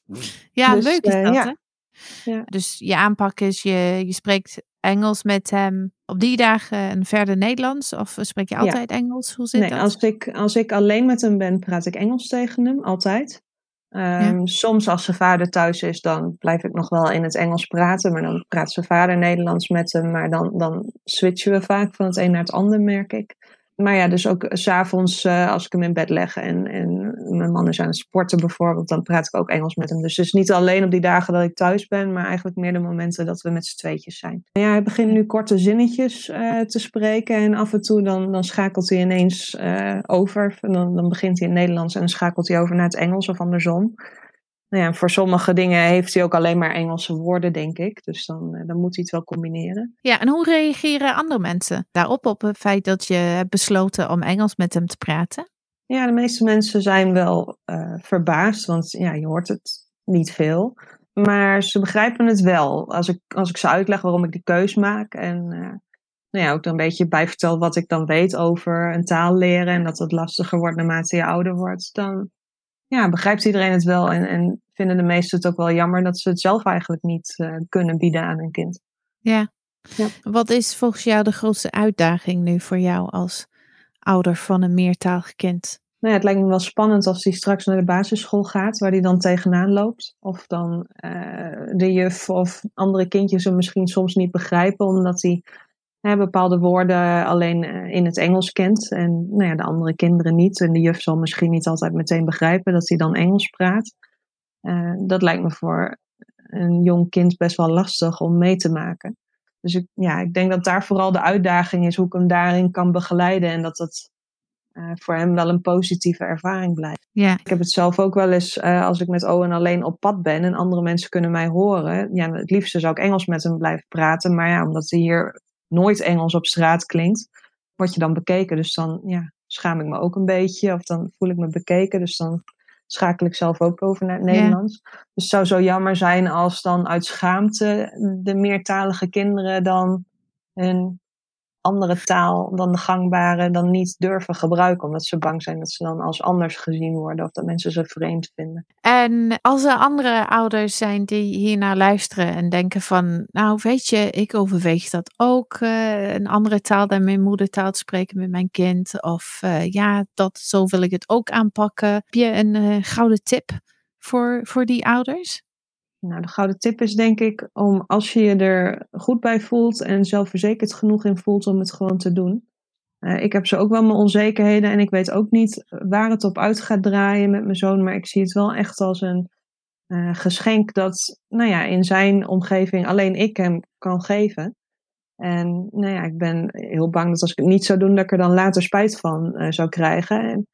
Ja, dus, leuk is uh, dat, ja. hè? Ja. Dus je aanpak is, je, je spreekt Engels met hem op die dagen en verder Nederlands? Of spreek je altijd ja. Engels? Hoe zit nee, dat? Als ik, als ik alleen met hem ben, praat ik Engels tegen hem, altijd. Um, ja. Soms als zijn vader thuis is, dan blijf ik nog wel in het Engels praten. Maar dan praat zijn vader Nederlands met hem. Maar dan, dan switchen we vaak van het een naar het ander, merk ik. Maar ja, dus ook 's avonds uh, als ik hem in bed leg en, en mijn man is aan het sporten bijvoorbeeld, dan praat ik ook Engels met hem. Dus het is niet alleen op die dagen dat ik thuis ben, maar eigenlijk meer de momenten dat we met z'n tweetjes zijn. Ja, hij begint nu korte zinnetjes uh, te spreken en af en toe dan, dan schakelt hij ineens uh, over. En dan, dan begint hij in het Nederlands en dan schakelt hij over naar het Engels of andersom. Nou ja, voor sommige dingen heeft hij ook alleen maar Engelse woorden, denk ik. Dus dan, dan moet hij het wel combineren. Ja, en hoe reageren andere mensen daarop, op het feit dat je hebt besloten om Engels met hem te praten? Ja, de meeste mensen zijn wel uh, verbaasd, want ja, je hoort het niet veel. Maar ze begrijpen het wel, als ik, als ik ze uitleg waarom ik die keus maak. En uh, nou ja, ook er een beetje bij vertel wat ik dan weet over een taal leren. En dat het lastiger wordt naarmate je ouder wordt. Dan ja, begrijpt iedereen het wel en, en vinden de meesten het ook wel jammer dat ze het zelf eigenlijk niet uh, kunnen bieden aan hun kind. Ja. ja. Wat is volgens jou de grootste uitdaging nu voor jou als ouder van een meertalig kind? Nou ja, het lijkt me wel spannend als hij straks naar de basisschool gaat, waar hij dan tegenaan loopt. Of dan uh, de juf of andere kindjes hem misschien soms niet begrijpen, omdat hij uh, bepaalde woorden alleen uh, in het Engels kent. En nou ja, de andere kinderen niet. En de juf zal misschien niet altijd meteen begrijpen dat hij dan Engels praat. Uh, dat lijkt me voor een jong kind best wel lastig om mee te maken. Dus ik, ja, ik denk dat daar vooral de uitdaging is hoe ik hem daarin kan begeleiden. En dat dat uh, voor hem wel een positieve ervaring blijft. Ja. Ik heb het zelf ook wel eens, uh, als ik met Owen alleen op pad ben en andere mensen kunnen mij horen. Ja, het liefste zou ik Engels met hem blijven praten. Maar ja, omdat hij hier nooit Engels op straat klinkt, word je dan bekeken. Dus dan ja, schaam ik me ook een beetje. Of dan voel ik me bekeken. Dus dan schakel ik zelf ook over naar het Nederlands. Ja. Dus het zou zo jammer zijn als dan uit schaamte de meertalige kinderen dan hun andere taal dan de gangbare dan niet durven gebruiken. Omdat ze bang zijn dat ze dan als anders gezien worden of dat mensen ze vreemd vinden. En als er andere ouders zijn die hiernaar luisteren en denken van, nou weet je, ik overweeg dat ook, uh, een andere taal dan mijn moedertaal te spreken met mijn kind. Of uh, ja, dat, zo wil ik het ook aanpakken. Heb je een uh, gouden tip voor, voor die ouders? Nou, de gouden tip is denk ik om als je je er goed bij voelt en zelfverzekerd genoeg in voelt om het gewoon te doen. Uh, ik heb zo ook wel mijn onzekerheden en ik weet ook niet waar het op uit gaat draaien met mijn zoon. Maar ik zie het wel echt als een uh, geschenk dat nou ja, in zijn omgeving alleen ik hem kan geven. En nou ja, ik ben heel bang dat als ik het niet zou doen, dat ik er dan later spijt van uh, zou krijgen. En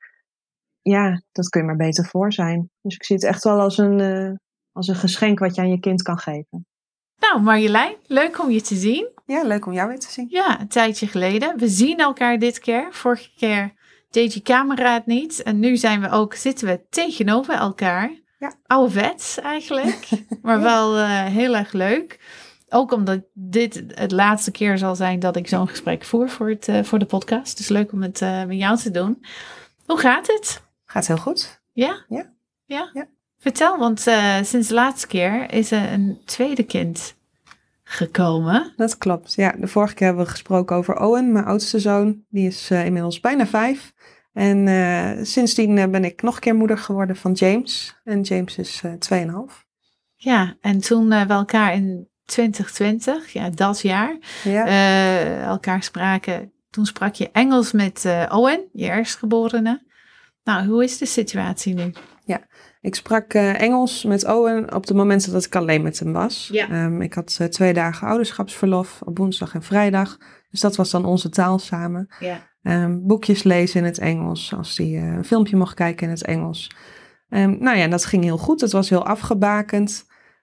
ja, dat kun je maar beter voor zijn. Dus ik zie het echt wel als een... Uh, Als een geschenk wat je aan je kind kan geven. Nou, Marjolein, leuk om je te zien. Ja, leuk om jou weer te zien. Ja, een tijdje geleden. We zien elkaar dit keer. Vorige keer deed je camera het niet. En nu zijn we ook, zitten we tegenover elkaar. Ja. Ouderwets eigenlijk, maar wel uh, heel erg leuk. Ook omdat dit het laatste keer zal zijn dat ik zo'n gesprek voer voor, het, uh, voor de podcast. Dus leuk om het uh, met jou te doen. Hoe gaat het? Gaat heel goed. Ja? Ja. Ja? Ja. Vertel, want uh, sinds de laatste keer is er een tweede kind gekomen. Dat klopt, ja. De vorige keer hebben we gesproken over Owen, mijn oudste zoon. Die is uh, inmiddels bijna vijf. En uh, sindsdien uh, ben ik nog een keer moeder geworden van James. En James is uh, tweeënhalf. Ja, en toen uh, we elkaar in twintig twintig, ja, dat jaar, ja. uh, elkaar spraken. Toen sprak je Engels met uh, Owen, je eerstgeborene. Nou, hoe is de situatie nu? Ja, ik sprak uh, Engels met Owen op de momenten dat ik alleen met hem was. Ja. Um, ik had uh, twee dagen ouderschapsverlof op woensdag en vrijdag. Dus dat was dan onze taal samen. Ja. Um, boekjes lezen in het Engels, als hij uh, een filmpje mocht kijken in het Engels. Um, nou ja, dat ging heel goed. Het was heel afgebakend.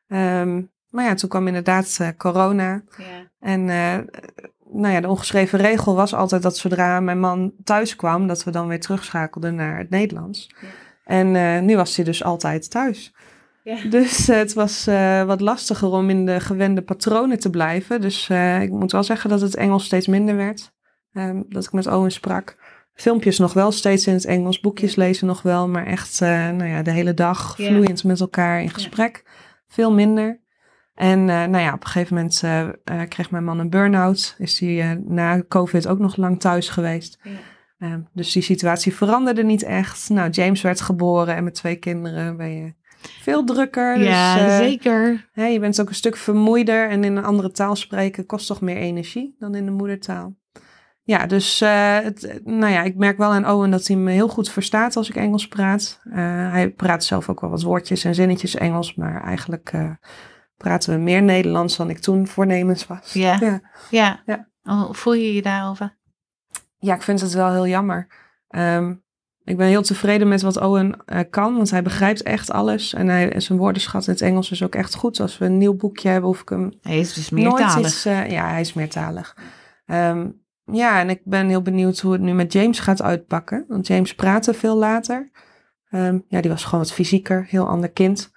Um, maar ja, toen kwam inderdaad uh, corona. Ja. En uh, nou ja, de ongeschreven regel was altijd dat zodra mijn man thuis kwam, dat we dan weer terugschakelden naar het Nederlands. Ja. En uh, nu was hij dus altijd thuis. Ja. Dus uh, het was uh, wat lastiger om in de gewende patronen te blijven. Dus uh, ik moet wel zeggen dat het Engels steeds minder werd. Um, dat ik met Owen sprak. Filmpjes nog wel steeds in het Engels. Boekjes ja. lezen nog wel. Maar echt uh, nou ja, de hele dag ja. vloeiend met elkaar in gesprek. Ja. Veel minder. En uh, nou ja, op een gegeven moment uh, uh, kreeg mijn man een burn-out. Is hij uh, na COVID ook nog lang thuis geweest. Ja. Uh, dus die situatie veranderde niet echt. Nou, James werd geboren en met twee kinderen ben je veel drukker. Ja, dus, uh, zeker. Hè, je bent ook een stuk vermoeider en in een andere taal spreken kost toch meer energie dan in de moedertaal. Ja, dus uh, het, nou ja, ik merk wel aan Owen dat hij me heel goed verstaat als ik Engels praat. Uh, hij praat zelf ook wel wat woordjes en zinnetjes Engels, maar eigenlijk uh, praten we meer Nederlands dan ik toen voornemens was. Ja, ja. ja. ja. Hoe voel je je daarover? Ja, ik vind het wel heel jammer. Um, ik ben heel tevreden met wat Owen uh, kan, want hij begrijpt echt alles. En hij, zijn woordenschat in het Engels is ook echt goed. Als we een nieuw boekje hebben, hoef ik hem Hij is dus meertalig. Iets, uh, ja, hij is meertalig. Um, ja, en ik ben heel benieuwd hoe het nu met James gaat uitpakken. Want James praatte veel later. Um, ja, die was gewoon wat fysieker, heel ander kind.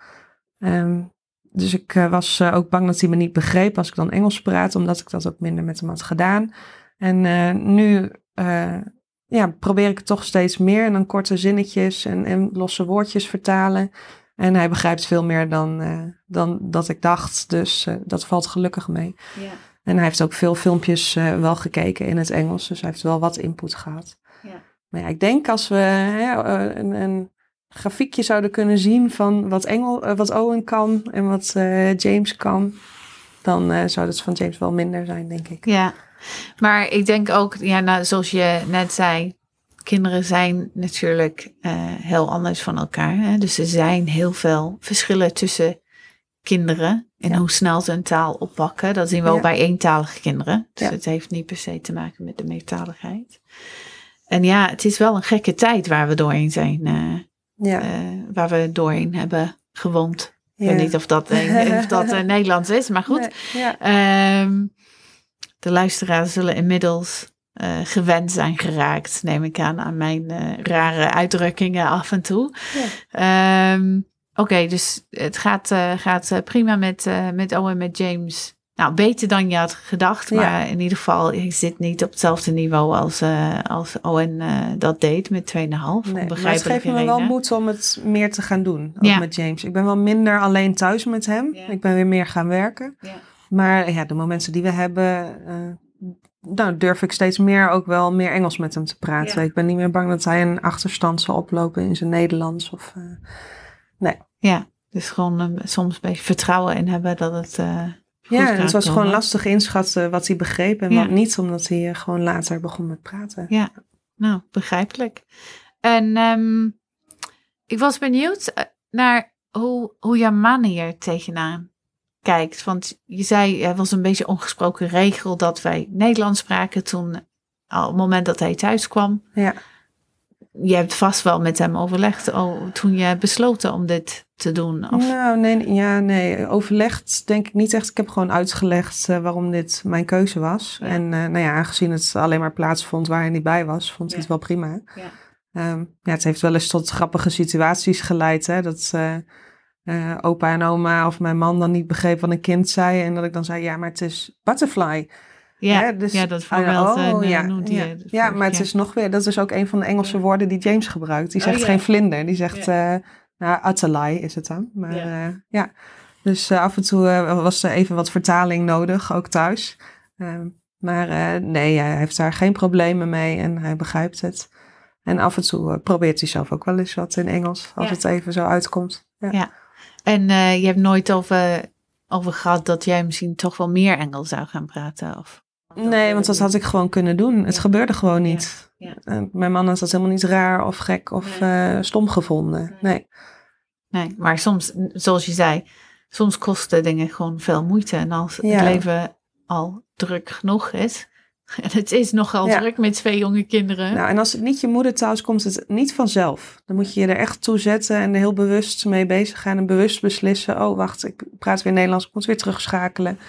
Um, dus ik uh, was uh, ook bang dat hij me niet begreep als ik dan Engels praat, omdat ik dat ook minder met hem had gedaan. En uh, nu uh, ja, probeer ik het toch steeds meer en dan korte zinnetjes en, en losse woordjes vertalen. En hij begrijpt veel meer dan, uh, dan dat ik dacht, dus uh, dat valt gelukkig mee. Ja. En hij heeft ook veel filmpjes uh, wel gekeken in het Engels, dus hij heeft wel wat input gehad. Ja. Maar ja, ik denk als we hè, een, een grafiekje zouden kunnen zien van wat, Engel, uh, wat Owen kan en wat uh, James kan, dan uh, zou dat van James wel minder zijn, denk ik. Ja, maar ik denk ook, ja, nou, zoals je net zei, kinderen zijn natuurlijk uh, heel anders van elkaar. Hè? Dus er zijn heel veel verschillen tussen kinderen en ja. hoe snel ze een taal oppakken. Dat zien we ja. ook bij eentalige kinderen. Dus ja. het heeft niet per se te maken met de meertaligheid. En ja, het is wel een gekke tijd waar we doorheen zijn. Uh, ja. uh, waar we doorheen hebben gewoond. Ja. Ik weet niet of dat, uh, of dat uh, Nederlands is, maar goed. Nee. Ja. Um, de luisteraars zullen inmiddels uh, gewend zijn geraakt, neem ik aan, aan mijn uh, rare uitdrukkingen af en toe. Ja. Um, Oké, okay, dus het gaat, uh, gaat uh, prima met, uh, met Owen en met James. Nou, beter dan je had gedacht. Maar ja. in ieder geval, je zit niet op hetzelfde niveau als, uh, als Owen uh, dat deed met twee komma vijf. Nee, maar het geeft me wel moed om het meer te gaan doen. Ook ja. met James. Ik ben wel minder alleen thuis met hem. Ja. Ik ben weer meer gaan werken. Ja. Maar ja, de momenten die we hebben, uh, nou, durf ik steeds meer ook wel meer Engels met hem te praten. Ja. Ik ben niet meer bang dat hij een achterstand zal oplopen in zijn Nederlands. Of, uh, nee. Ja, dus gewoon um, soms een beetje vertrouwen in hebben dat het uh, goed Ja, gaat het was komen. gewoon lastig inschatten wat hij begreep en ja. wat niet, omdat hij uh, gewoon later begon met praten. Ja, nou, begrijpelijk. En um, ik was benieuwd naar hoe, hoe jouw man hier tegenaan kijkt. Want je zei, er was een beetje ongesproken regel dat wij Nederlands spraken toen, al op het moment dat hij thuis kwam. Ja. Je hebt vast wel met hem overlegd oh, toen je besloten om dit te doen? Of? Nou, nee, ja, nee, overlegd denk ik niet echt. Ik heb gewoon uitgelegd uh, waarom dit mijn keuze was. Ja. En uh, nou ja, aangezien het alleen maar plaatsvond waar hij niet bij was, vond hij ja. het wel prima. Ja. Um, ja, het heeft wel eens tot grappige situaties geleid, hè, dat uh, uh, opa en oma of mijn man dan niet begreep wat een kind zei. En dat ik dan zei, ja, maar het is butterfly. Ja, ja, dus, ja dat voorbeeld uh, oh, ja, noemt ja. je. Ja, maar het is nog weer, dat is ook een van de Engelse ja. woorden die James gebruikt. Die zegt oh, ja. geen vlinder, die zegt, ja. uh, nou, atterlei is het dan. Maar ja, uh, ja. dus uh, af en toe uh, was er even wat vertaling nodig, ook thuis. Uh, maar uh, nee, hij heeft daar geen problemen mee en hij begrijpt het. En af en toe uh, probeert hij zelf ook wel eens wat in Engels, als ja. het even zo uitkomt. Ja, ja. En uh, je hebt nooit over, over gehad dat jij misschien toch wel meer Engels zou gaan praten? Of? Nee, want dat had ik gewoon kunnen doen. Het ja. gebeurde gewoon niet. Ja. Ja. Uh, mijn man had dat helemaal niet raar of gek of nee. uh, stom gevonden. Nee. Nee, maar soms, zoals je zei, soms kosten dingen gewoon veel moeite. En als ja. het leven al druk genoeg is, en het is nogal ja. druk met twee jonge kinderen. Nou, en als het niet je moedertaal is, komt het niet vanzelf. Dan moet je je er echt toe zetten en er heel bewust mee bezig gaan en bewust beslissen. Oh, wacht, ik praat weer Nederlands, ik moet weer terugschakelen.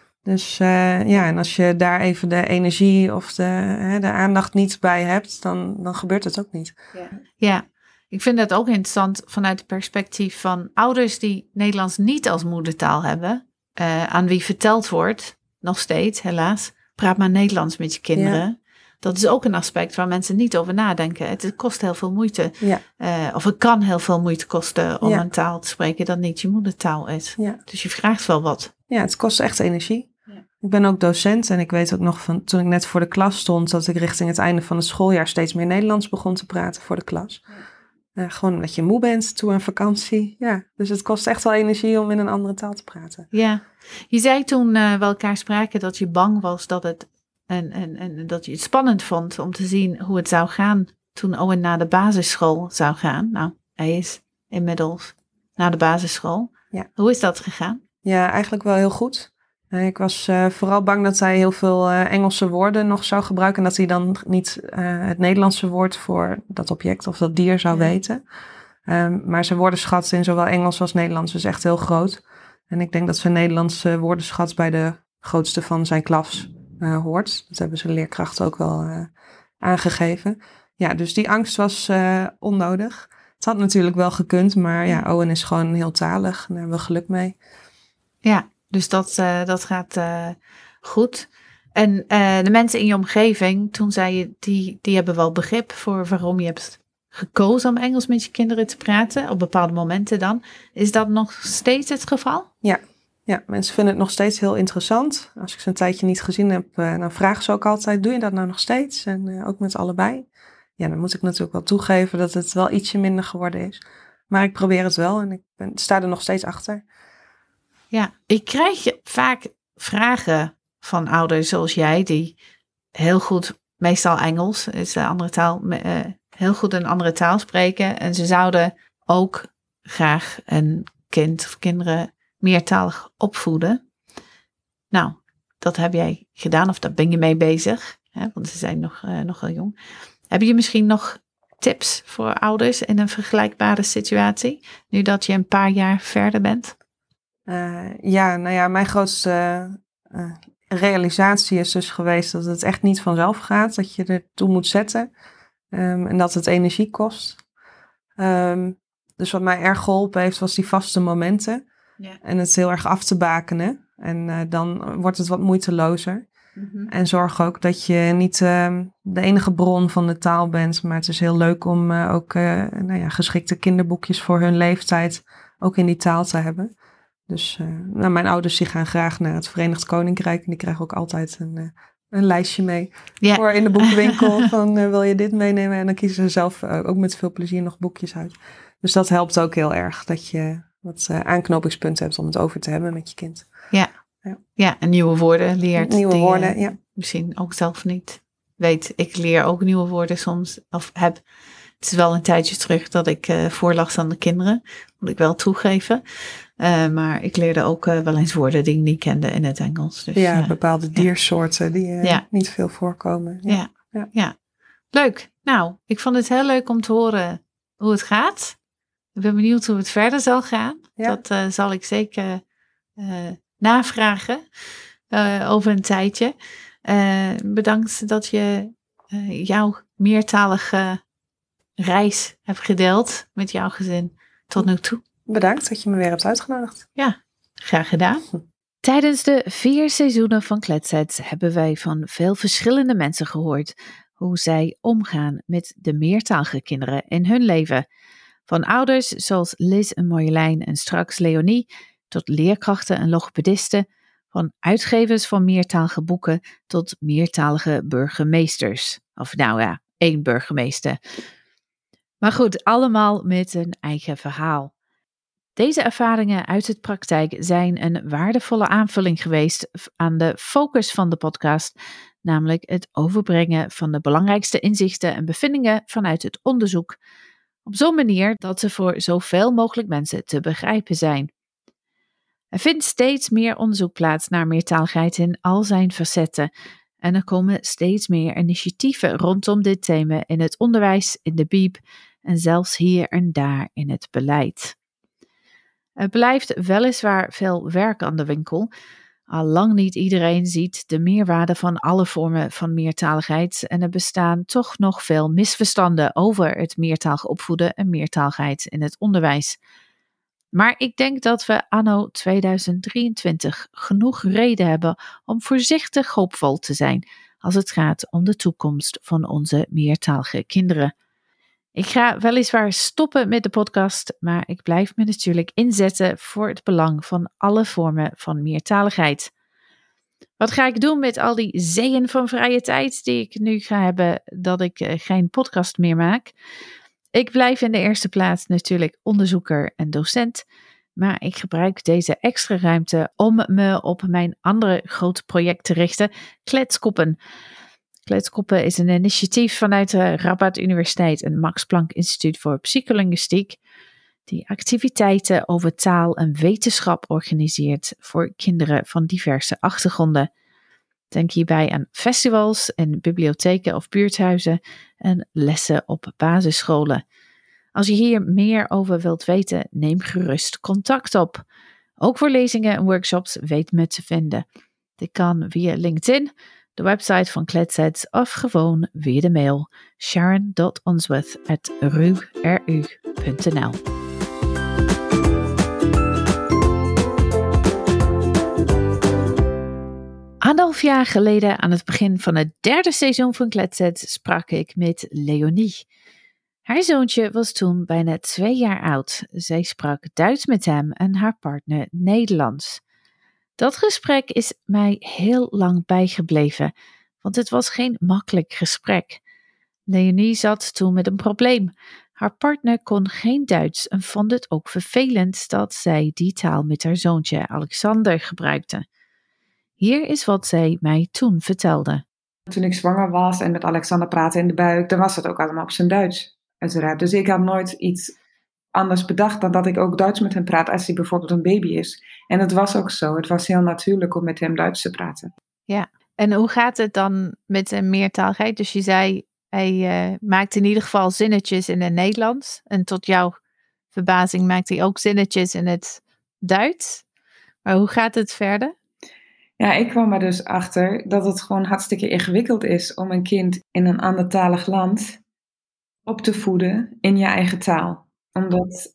Dus uh, ja, en als je daar even de energie of de, hè, de aandacht niet bij hebt, dan, dan gebeurt het ook niet. Ja. ja. Ik vind dat ook interessant vanuit het perspectief van ouders die Nederlands niet als moedertaal hebben. Uh, aan wie verteld wordt, nog steeds helaas, praat maar Nederlands met je kinderen. Ja. Dat is ook een aspect waar mensen niet over nadenken. Het kost heel veel moeite. Ja. Uh, of het kan heel veel moeite kosten om ja. een taal te spreken dat niet je moedertaal is. Ja. Dus je vraagt wel wat. Ja, het kost echt energie. Ja. Ik ben ook docent en ik weet ook nog van toen ik net voor de klas stond, dat ik richting het einde van het schooljaar steeds meer Nederlands begon te praten voor de klas. Ja. Uh, gewoon omdat je moe bent, toe aan vakantie. Ja, dus het kost echt wel energie om in een andere taal te praten. Ja, je zei toen uh, we elkaar spraken dat je bang was dat het en, en, en dat je het spannend vond om te zien hoe het zou gaan toen Owen naar de basisschool zou gaan. Nou, hij is inmiddels naar de basisschool. Ja. Hoe is dat gegaan? Ja, eigenlijk wel heel goed. Uh, ik was uh, vooral bang dat hij heel veel uh, Engelse woorden nog zou gebruiken en dat hij dan niet uh, het Nederlandse woord voor dat object of dat dier zou ja. weten. Um, maar zijn woordenschat in zowel Engels als Nederlands is echt heel groot. En ik denk dat zijn Nederlandse woordenschat bij de grootste van zijn klas uh, hoort. Dat hebben zijn leerkrachten ook wel uh, aangegeven. Ja, dus die angst was uh, onnodig. Het had natuurlijk wel gekund, maar ja, Owen is gewoon heel talig. Daar hebben we geluk mee. Ja, dus dat, uh, dat gaat uh, goed. En uh, de mensen in je omgeving, toen zei je, die, die hebben wel begrip voor waarom je hebt gekozen om Engels met je kinderen te praten, op bepaalde momenten dan. Is dat nog steeds het geval? Ja, ja, mensen vinden het nog steeds heel interessant. Als ik ze een tijdje niet gezien heb, uh, dan vragen ze ook altijd, doe je dat nou nog steeds? En uh, ook met allebei. Ja, dan moet ik natuurlijk wel toegeven dat het wel ietsje minder geworden is. Maar ik probeer het wel en ik ben, sta er nog steeds achter. Ja, ik krijg vaak vragen van ouders zoals jij, die heel goed, meestal Engels, is een andere taal, uh, heel goed een andere taal spreken. En ze zouden ook graag een kind of kinderen meertalig opvoeden. Nou, dat heb jij gedaan of daar ben je mee bezig, hè, want ze zijn nog, uh, nog wel jong. Heb je misschien nog tips voor ouders in een vergelijkbare situatie, nu dat je een paar jaar verder bent? Uh, ja, nou ja, mijn grootste uh, realisatie is dus geweest dat het echt niet vanzelf gaat. Dat je er toe moet zetten um, en dat het energie kost. Um, dus wat mij erg geholpen heeft, was die vaste momenten. Ja. En het heel erg af te bakenen. En uh, dan wordt het wat moeitelozer. Mm-hmm. En zorg ook dat je niet uh, de enige bron van de taal bent. Maar het is heel leuk om uh, ook uh, nou ja, geschikte kinderboekjes voor hun leeftijd ook in die taal te hebben. Dus uh, nou, mijn ouders die gaan graag naar het Verenigd Koninkrijk. En die krijgen ook altijd een, uh, een lijstje mee. Yeah. Voor in de boekenwinkel van uh, wil je dit meenemen? En dan kiezen ze zelf uh, ook met veel plezier nog boekjes uit. Dus dat helpt ook heel erg. Dat je wat uh, aanknopingspunten hebt om het over te hebben met je kind. Ja, ja. ja en nieuwe woorden leert. Nieuwe die, woorden, uh, ja. Misschien ook zelf niet weet. Ik leer ook nieuwe woorden soms. Of heb... Het is wel een tijdje terug dat ik uh, voorlas aan de kinderen. Moet ik wel toegeven. Uh, maar ik leerde ook uh, wel eens woorden die ik niet kende in het Engels. Dus, ja, uh, bepaalde ja. diersoorten die uh, ja. niet veel voorkomen. Ja. Ja. Ja. ja, leuk. Nou, ik vond het heel leuk om te horen hoe het gaat. Ik ben benieuwd hoe het verder zal gaan. Ja. Dat uh, zal ik zeker uh, navragen uh, over een tijdje. Uh, bedankt dat je uh, jouw meertalige reis hebt gedeeld met jouw gezin tot nu toe. Bedankt dat je me weer hebt uitgenodigd. Ja, graag gedaan. Tijdens de vier seizoenen van Kletsets hebben wij van veel verschillende mensen gehoord hoe zij omgaan met de meertalige kinderen in hun leven. Van ouders zoals Liz en Marjolein en straks Leonie, tot leerkrachten en logopedisten, van uitgevers van meertalige boeken tot meertalige burgemeesters. Of nou ja, één burgemeester. Maar goed, allemaal met een eigen verhaal. Deze ervaringen uit de praktijk zijn een waardevolle aanvulling geweest aan de focus van de podcast, namelijk het overbrengen van de belangrijkste inzichten en bevindingen vanuit het onderzoek, op zo'n manier dat ze voor zoveel mogelijk mensen te begrijpen zijn. Er vindt steeds meer onderzoek plaats naar meertaligheid in al zijn facetten en er komen steeds meer initiatieven rondom dit thema in het onderwijs, in de B I B en zelfs hier en daar in het beleid. Er blijft weliswaar veel werk aan de winkel. Al lang niet iedereen ziet de meerwaarde van alle vormen van meertaligheid en er bestaan toch nog veel misverstanden over het meertalig opvoeden en meertaligheid in het onderwijs. Maar ik denk dat we anno tweeduizend drieëntwintig genoeg reden hebben om voorzichtig hoopvol te zijn als het gaat om de toekomst van onze meertalige kinderen. Ik ga weliswaar stoppen met de podcast, maar ik blijf me natuurlijk inzetten voor het belang van alle vormen van meertaligheid. Wat ga ik doen met al die zeeën van vrije tijd die ik nu ga hebben dat ik uh, geen podcast meer maak? Ik blijf in de eerste plaats natuurlijk onderzoeker en docent, maar ik gebruik deze extra ruimte om me op mijn andere grote project te richten, Kletskoppen. Kletskoppen is een initiatief vanuit de Rabat Universiteit en Max Planck Instituut voor Psycholinguïstiek, die activiteiten over taal en wetenschap organiseert voor kinderen van diverse achtergronden. Denk hierbij aan festivals in bibliotheken of buurthuizen en lessen op basisscholen. Als je hier meer over wilt weten, neem gerust contact op. Ook voor lezingen en workshops weet me te vinden. Dit kan via LinkedIn, de website van Kletsets of gewoon via de mail sharon dot onsworth at r u punt n l. Anderhalf jaar geleden, aan het begin van het derde seizoen van Kletsets, sprak ik met Leonie. Haar zoontje was toen bijna twee jaar oud. Zij sprak Duits met hem en haar partner Nederlands. Dat gesprek is mij heel lang bijgebleven, want het was geen makkelijk gesprek. Leonie zat toen met een probleem. Haar partner kon geen Duits en vond het ook vervelend dat zij die taal met haar zoontje Alexander gebruikte. Hier is wat zij mij toen vertelde. Toen ik zwanger was en met Alexander praatte in de buik, dan was het ook allemaal op zijn Duits, uiteraard. Dus ik had nooit iets anders bedacht dan dat ik ook Duits met hem praat als hij bijvoorbeeld een baby is. En het was ook zo. Het was heel natuurlijk om met hem Duits te praten. Ja, en hoe gaat het dan met een meertaligheid? Dus je zei, hij uh, maakt in ieder geval zinnetjes in het Nederlands. En tot jouw verbazing maakt hij ook zinnetjes in het Duits. Maar hoe gaat het verder? Ja, ik kwam er dus achter dat het gewoon hartstikke ingewikkeld is om een kind in een andertalig land op te voeden in je eigen taal. Omdat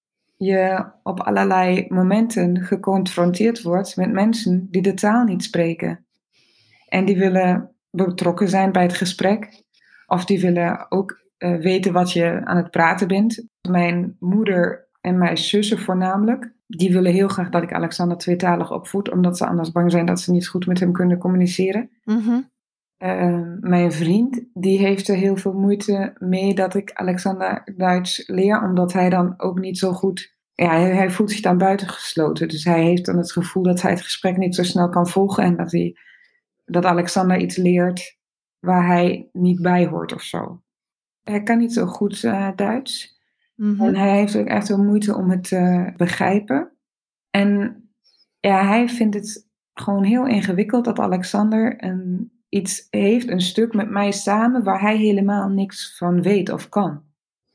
je op allerlei momenten geconfronteerd wordt met mensen die de taal niet spreken. En die willen betrokken zijn bij het gesprek. Of die willen ook uh, weten wat je aan het praten bent. Mijn moeder en mijn zussen voornamelijk, die willen heel graag dat ik Alexander tweetalig opvoed, omdat ze anders bang zijn dat ze niet goed met hem kunnen communiceren. Mm-hmm. Uh, mijn vriend, die heeft er heel veel moeite mee dat ik Alexander Duits leer, omdat hij dan ook niet zo goed, ja, hij, hij voelt zich dan buitengesloten. Dus hij heeft dan het gevoel dat hij het gesprek niet zo snel kan volgen en dat, hij, dat Alexander iets leert waar hij niet bij hoort of zo. Hij kan niet zo goed uh, Duits. Mm-hmm. En hij heeft ook echt wel moeite om het te uh, begrijpen. En ja, hij vindt het gewoon heel ingewikkeld dat Alexander een, iets heeft, een stuk met mij samen, waar hij helemaal niks van weet of kan.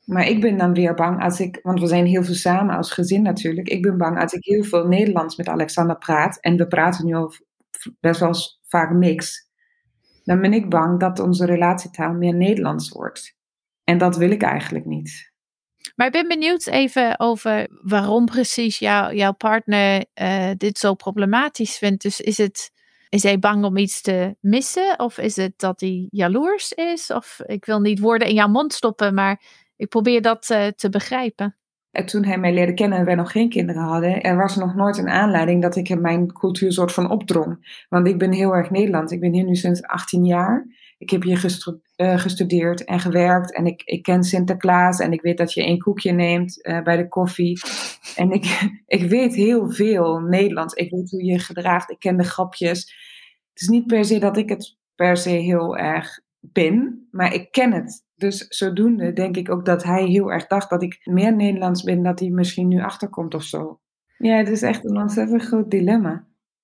Maar ik ben dan weer bang als ik, want we zijn heel veel samen als gezin natuurlijk. Ik ben bang als ik heel veel Nederlands met Alexander praat. En we praten nu over best wel vaak mix. Dan ben ik bang dat onze relatietaal meer Nederlands wordt. En dat wil ik eigenlijk niet. Maar ik ben benieuwd even over waarom precies jou, jouw partner uh, dit zo problematisch vindt. Dus is het, is hij bang om iets te missen? Of is het dat hij jaloers is? Of ik wil niet woorden in jouw mond stoppen, maar ik probeer dat uh, te begrijpen. En toen hij mij leerde kennen en wij nog geen kinderen hadden, er was nog nooit een aanleiding dat ik hem mijn cultuur soort van opdrong. Want ik ben heel erg Nederlands. Ik ben hier nu sinds achttien jaar. Ik heb hier gestu- uh, gestudeerd en gewerkt en ik, ik ken Sinterklaas en ik weet dat je één koekje neemt uh, bij de koffie. En ik, ik weet heel veel Nederlands. Ik weet hoe je je gedraagt. Ik ken de grapjes. Het is niet per se dat ik het per se heel erg ben, maar ik ken het. Dus zodoende denk ik ook dat hij heel erg dacht dat ik meer Nederlands ben, dat hij misschien nu achterkomt of zo. Ja, het is echt een ontzettend groot dilemma.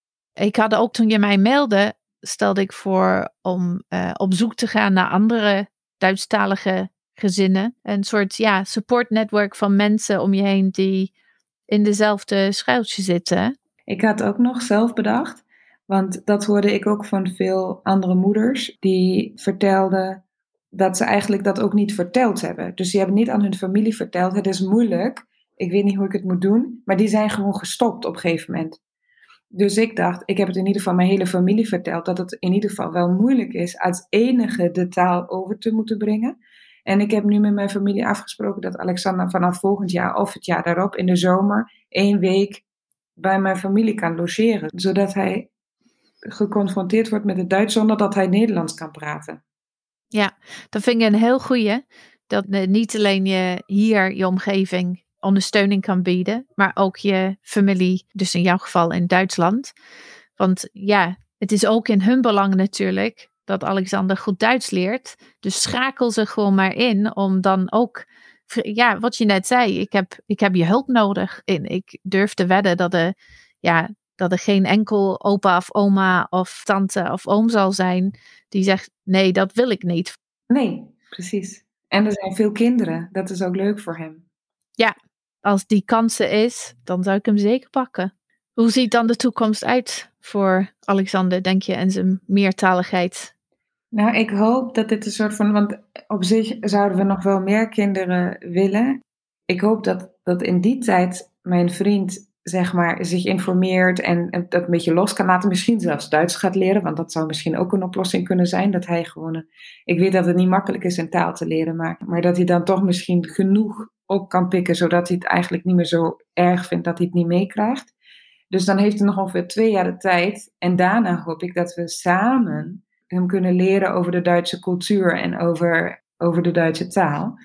Ik had ook toen je mij mailde, stelde ik voor om uh, op zoek te gaan naar andere Duitsstalige gezinnen. Een soort ja, support network van mensen om je heen die in dezelfde schuiltje zitten. Ik had ook nog zelf bedacht, want dat hoorde ik ook van veel andere moeders, die vertelden dat ze eigenlijk dat ook niet verteld hebben. Dus die hebben niet aan hun familie verteld, het is moeilijk, ik weet niet hoe ik het moet doen, maar die zijn gewoon gestopt op een gegeven moment. Dus ik dacht, ik heb het in ieder geval mijn hele familie verteld, dat het in ieder geval wel moeilijk is als enige de taal over te moeten brengen. En ik heb nu met mijn familie afgesproken dat Alexander vanaf volgend jaar of het jaar daarop in de zomer één week bij mijn familie kan logeren. Zodat hij geconfronteerd wordt met het Duits zonder dat hij Nederlands kan praten. Ja, dat vind ik een heel goeie. Dat niet alleen je hier, je omgeving, ondersteuning kan bieden, maar ook je familie, dus in jouw geval in Duitsland. Want ja, het is ook in hun belang natuurlijk dat Alexander goed Duits leert. Dus schakel ze gewoon maar in om dan ook, ja, wat je net zei, ik heb, ik heb je hulp nodig. En ik durf te wedden dat er, ja, dat er geen enkel opa of oma of tante of oom zal zijn die zegt, nee, dat wil ik niet. Nee, precies. En er zijn veel kinderen, dat is ook leuk voor hem. Ja, als die kansen is, dan zou ik hem zeker pakken. Hoe ziet dan de toekomst uit voor Alexander, denk je, en zijn meertaligheid? Nou, ik hoop dat dit een soort van, want op zich zouden we nog wel meer kinderen willen. Ik hoop dat, dat in die tijd mijn vriend, zeg maar, zich informeert en, en dat een beetje los kan laten. Misschien zelfs Duits gaat leren, want dat zou misschien ook een oplossing kunnen zijn. Dat hij gewoon, ik weet dat het niet makkelijk is een taal te leren, maar, maar dat hij dan toch misschien genoeg op kan pikken, zodat hij het eigenlijk niet meer zo erg vindt dat hij het niet meekrijgt. Dus dan heeft hij nog ongeveer twee jaar de tijd. En daarna hoop ik dat we samen hem kunnen leren over de Duitse cultuur en over, over de Duitse taal.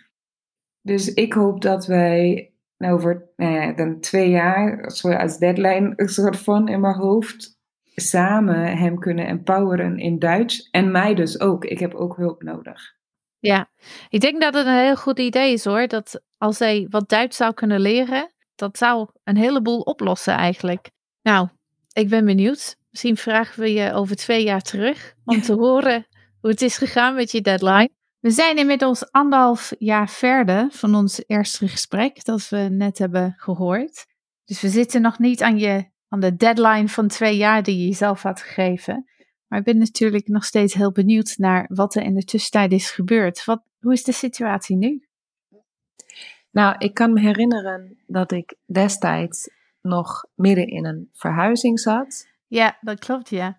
Dus ik hoop dat wij over nou ja, dan twee jaar, als deadline een soort van in mijn hoofd, samen hem kunnen empoweren in Duits. En mij dus ook. Ik heb ook hulp nodig. Ja, ik denk dat het een heel goed idee is hoor. Dat als hij wat Duits zou kunnen leren, dat zou een heleboel oplossen eigenlijk. Nou, ik ben benieuwd. Misschien vragen we je over twee jaar terug om te horen hoe het is gegaan met je deadline. We zijn inmiddels anderhalf jaar verder van ons eerste gesprek dat we net hebben gehoord. Dus we zitten nog niet aan, je, aan de deadline van twee jaar die je jezelf had gegeven. Maar ik ben natuurlijk nog steeds heel benieuwd naar wat er in de tussentijd is gebeurd. Wat, hoe is de situatie nu? Nou, ik kan me herinneren dat ik destijds nog midden in een verhuizing zat. Ja, dat klopt, ja.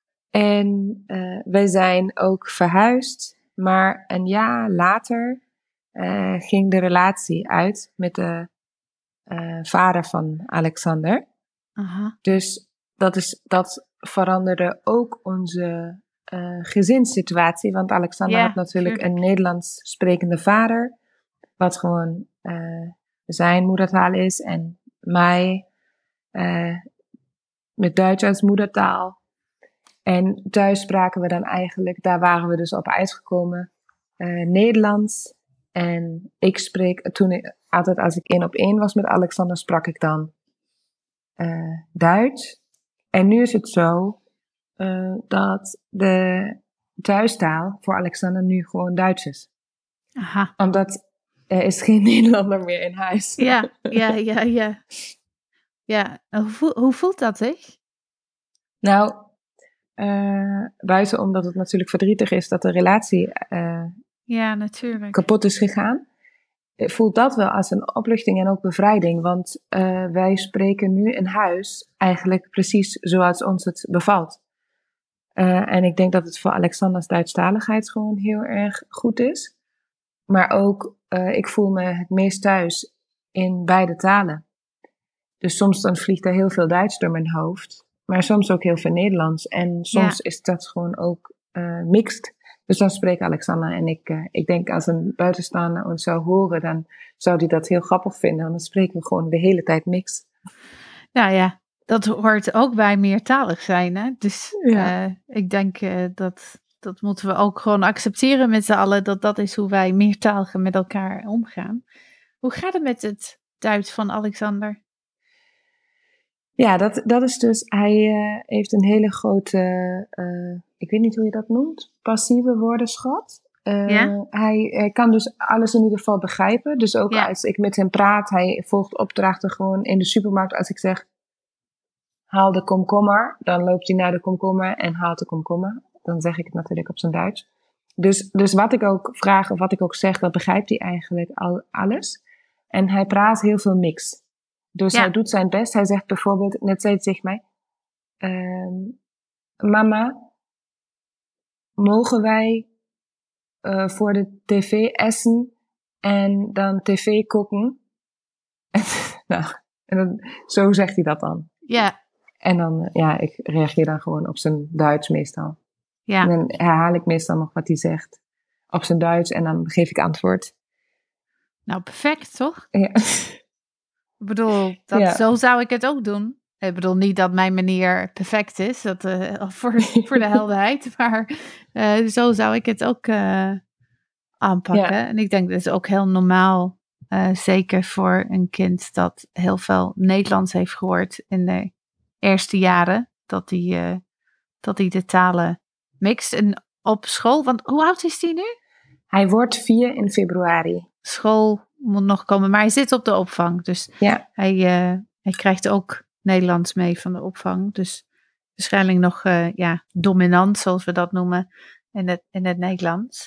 En uh, wij zijn ook verhuisd, maar een jaar later uh, ging de relatie uit met de uh, vader van Alexander. Aha. Dus dat, is, dat veranderde ook onze uh, gezinssituatie, want Alexander ja, had natuurlijk tuurlijk. een Nederlands sprekende vader, wat gewoon uh, zijn moedertaal is, en mij uh, met Duits als moedertaal. En thuis spraken we dan eigenlijk, daar waren we dus op uitgekomen, uh, Nederlands. En ik spreek, toen ik, altijd als ik één op één was met Alexander, sprak ik dan uh, Duits. En nu is het zo uh, dat de thuistaal voor Alexander nu gewoon Duits is. Aha. Omdat er is geen Nederlander meer in huis. Ja, ja, ja, ja. Ja, hoe, voel, hoe voelt dat zich? Nou, uh, buiten omdat het natuurlijk verdrietig is dat de relatie uh, ja, natuurlijk. kapot is gegaan, voelt dat wel als een opluchting en ook bevrijding. Want uh, wij spreken nu in huis eigenlijk precies zoals ons het bevalt. Uh, en ik denk dat het voor Alexander's Duitsstaligheid gewoon heel erg goed is. Maar ook, uh, ik voel me het meest thuis in beide talen. Dus soms dan vliegt er heel veel Duits door mijn hoofd. Maar soms ook heel veel Nederlands. En soms ja. is dat gewoon ook uh, mixed. Dus dan spreken Alexander en ik. Uh, ik denk als een buitenstaander ons zou horen, dan zou die dat heel grappig vinden. Want dan spreken we gewoon de hele tijd mixed. Nou ja, dat hoort ook bij meertalig zijn. Hè? Dus ja. uh, ik denk uh, dat, dat moeten we ook gewoon accepteren met z'n allen. Dat dat is hoe wij meertaligen met elkaar omgaan. Hoe gaat het met het Duits van Alexander? Ja, dat, dat is dus, hij uh, heeft een hele grote, uh, ik weet niet hoe je dat noemt, passieve woordenschat. Uh, ja? hij, hij kan dus alles in ieder geval begrijpen. Dus ook ja. als ik met hem praat, hij volgt opdrachten gewoon in de supermarkt. Als ik zeg, haal de komkommer, dan loopt hij naar de komkommer en haalt de komkommer. Dan zeg ik het natuurlijk op zijn Duits. Dus, dus wat ik ook vraag of wat ik ook zeg, dat begrijpt hij eigenlijk al alles. En hij praat heel veel mix. Dus ja. hij doet zijn best. Hij zegt bijvoorbeeld, net zei hij tegen mij, uh, mama, mogen wij uh, voor de tv essen en dan tv koken? nou, en dan, zo zegt hij dat dan. Ja. En dan, ja, ik reageer dan gewoon op zijn Duits meestal. Ja. En dan herhaal ik meestal nog wat hij zegt op zijn Duits en dan geef ik antwoord. Nou, perfect, toch? Ja. Ik bedoel, dat, ja. zo zou ik het ook doen. Ik bedoel niet dat mijn manier perfect is, dat, uh, voor, voor de helderheid, maar uh, zo zou ik het ook uh, aanpakken. Ja. En ik denk dat is ook heel normaal, uh, zeker voor een kind dat heel veel Nederlands heeft gehoord in de eerste jaren, dat hij uh, dat hij de talen mixt. En op school, want hoe oud is hij nu? Hij wordt vier in februari. School moet nog komen, maar hij zit op de opvang. Dus ja. hij, uh, hij krijgt ook Nederlands mee van de opvang. Dus waarschijnlijk nog uh, ja, dominant, zoals we dat noemen, in het, in het Nederlands.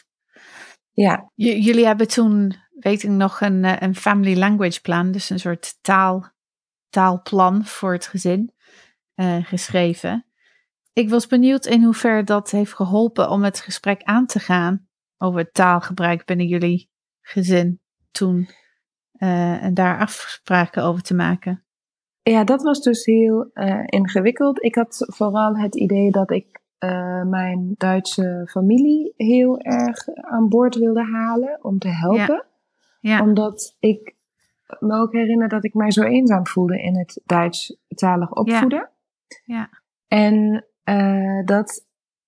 Ja. J- jullie hebben toen, weet ik nog, een, een family language plan. Dus een soort taal, taalplan voor het gezin uh, geschreven. Ik was benieuwd in hoeverre dat heeft geholpen om het gesprek aan te gaan over het taalgebruik binnen jullie gezin toen uh, en daar afspraken over te maken. Ja, dat was dus heel uh, ingewikkeld. Ik had vooral het idee dat ik uh, mijn Duitse familie heel erg aan boord wilde halen om te helpen. Ja. Ja. Omdat ik me ook herinner dat ik mij zo eenzaam voelde in het Duits-talig opvoeden. Ja. Ja. En uh, dat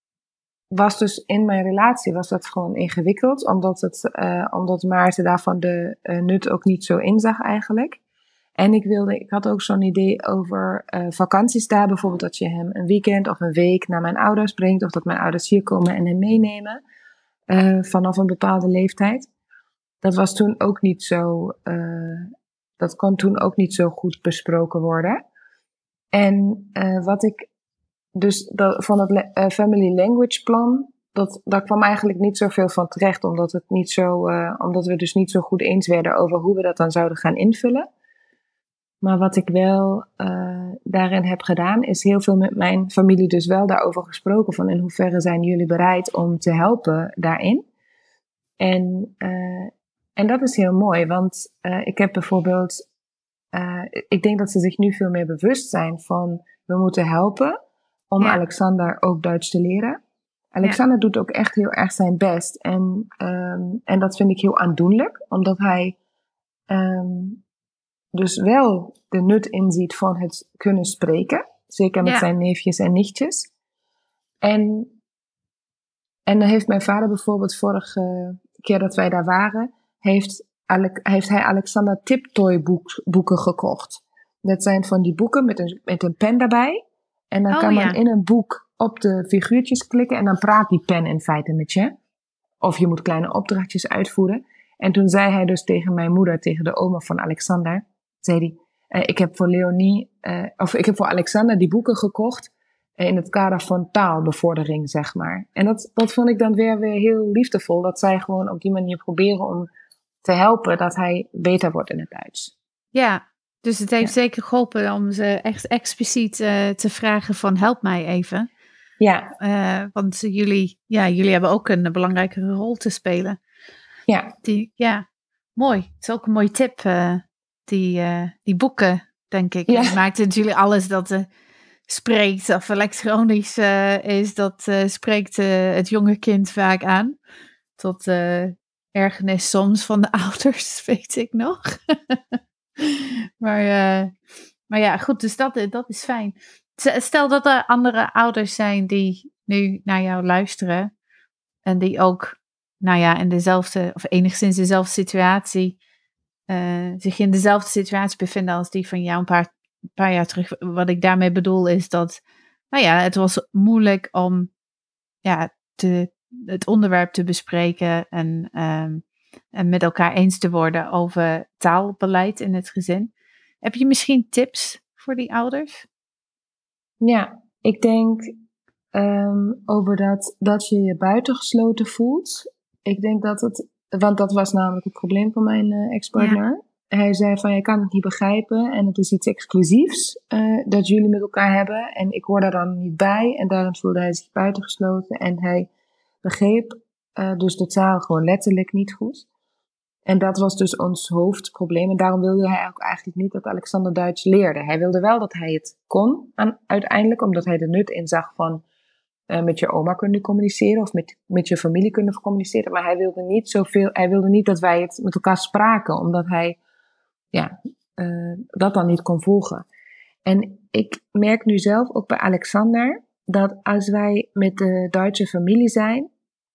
was dus in mijn relatie was dat gewoon ingewikkeld, omdat, het, uh, omdat Maarten daarvan de uh, nut ook niet zo inzag eigenlijk. En ik wilde, ik had ook zo'n idee over uh, vakanties daar, bijvoorbeeld dat je hem een weekend of een week naar mijn ouders brengt, of dat mijn ouders hier komen en hem meenemen uh, vanaf een bepaalde leeftijd. Dat was toen ook niet zo, uh, dat kon toen ook niet zo goed besproken worden. En uh, wat ik Dus dat, van het uh, Family Language Plan, dat, daar kwam eigenlijk niet zoveel van terecht, omdat, het niet zo, uh, omdat we dus niet zo goed eens werden over hoe we dat dan zouden gaan invullen. Maar wat ik wel uh, daarin heb gedaan, is heel veel met mijn familie dus wel daarover gesproken, van in hoeverre zijn jullie bereid om te helpen daarin. En, uh, en dat is heel mooi, want uh, ik heb bijvoorbeeld, uh, ik denk dat ze zich nu veel meer bewust zijn van, we moeten helpen om ja. Alexander ook Duits te leren. Alexander ja. doet ook echt heel erg zijn best. En, um, en dat vind ik heel aandoenlijk. Omdat hij um, dus wel de nut inziet van het kunnen spreken. Zeker met ja. zijn neefjes en nichtjes. En, en dan heeft mijn vader bijvoorbeeld vorige keer dat wij daar waren, heeft, Ale- heeft hij Alexander Tiptoy boek, boeken gekocht. Dat zijn van die boeken met een, met een pen daarbij. En dan oh, kan man ja. in een boek op de figuurtjes klikken en dan praat die pen in feite met je. Of je moet kleine opdrachtjes uitvoeren. En toen zei hij dus tegen mijn moeder, tegen de oma van Alexander, zei hij, uh, ik heb voor Leonie, uh, of ik heb voor Alexander die boeken gekocht uh, in het kader van taalbevordering, zeg maar. En dat, dat vond ik dan weer, weer heel liefdevol, dat zij gewoon op die manier proberen om te helpen dat hij beter wordt in het Duits. Ja, dus het heeft Ja. zeker geholpen om ze echt expliciet uh, te vragen van help mij even. Ja. Uh, want jullie, ja, jullie hebben ook een belangrijke rol te spelen. Ja. Die, ja, mooi. Het is ook een mooie tip, uh, die, uh, die boeken, denk ik. Ja. Je maakt natuurlijk alles dat uh, spreekt of elektronisch uh, is, dat uh, spreekt uh, het jonge kind vaak aan. Tot uh, ergernis soms van de ouders, weet ik nog. maar, uh, maar ja, goed, dus dat, dat is fijn. Stel dat er andere ouders zijn die nu naar jou luisteren en die ook, nou ja, in dezelfde, of enigszins dezelfde situatie, uh, zich in dezelfde situatie bevinden als die van jou een paar, paar jaar terug. Wat ik daarmee bedoel is dat, nou ja, het was moeilijk om, ja, te, het onderwerp te bespreken en, um, en met elkaar eens te worden over taalbeleid in het gezin. Heb je misschien tips voor die ouders? Ja, ik denk um, over dat, dat je je buitengesloten voelt. Ik denk dat het, want dat was namelijk het probleem van mijn uh, ex-partner. Ja. Hij zei van, je kan het niet begrijpen en het is iets exclusiefs uh, dat jullie met elkaar hebben. En ik hoor daar dan niet bij en daarom voelde hij zich buitengesloten. En hij begreep uh, dus de taal gewoon letterlijk niet goed. En dat was dus ons hoofdprobleem. En daarom wilde hij ook eigenlijk niet dat Alexander Duits leerde. Hij wilde wel dat hij het kon aan, uiteindelijk, omdat hij er nut in zag van uh, met je oma kunnen communiceren of met, met je familie kunnen communiceren. Maar hij wilde niet zoveel, hij wilde niet dat wij het met elkaar spraken, omdat hij ja, uh, dat dan niet kon volgen. En ik merk nu zelf ook bij Alexander dat als wij met de Duitse familie zijn,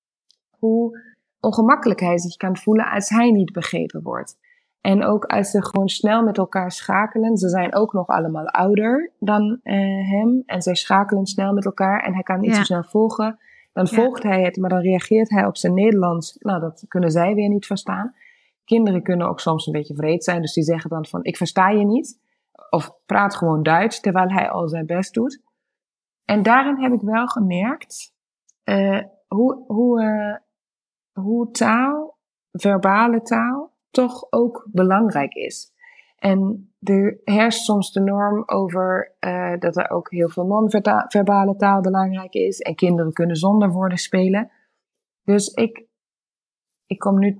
hoe ongemakkelijk hij zich kan voelen als hij niet begrepen wordt. En ook als ze gewoon snel met elkaar schakelen. Ze zijn ook nog allemaal ouder dan uh, hem. En zij schakelen snel met elkaar. En hij kan niet ja. zo snel volgen. Dan volgt ja. hij het, maar dan reageert hij op zijn Nederlands. Nou, dat kunnen zij weer niet verstaan. Kinderen kunnen ook soms een beetje vreed zijn. Dus die zeggen dan van, ik versta je niet. Of praat gewoon Duits, terwijl hij al zijn best doet. En daarin heb ik wel gemerkt uh, hoe... hoe uh, hoe taal, verbale taal, toch ook belangrijk is. En er heerst soms de norm over uh, dat er ook heel veel non-verbale taal belangrijk is. En kinderen kunnen zonder woorden spelen. Dus ik, ik kom nu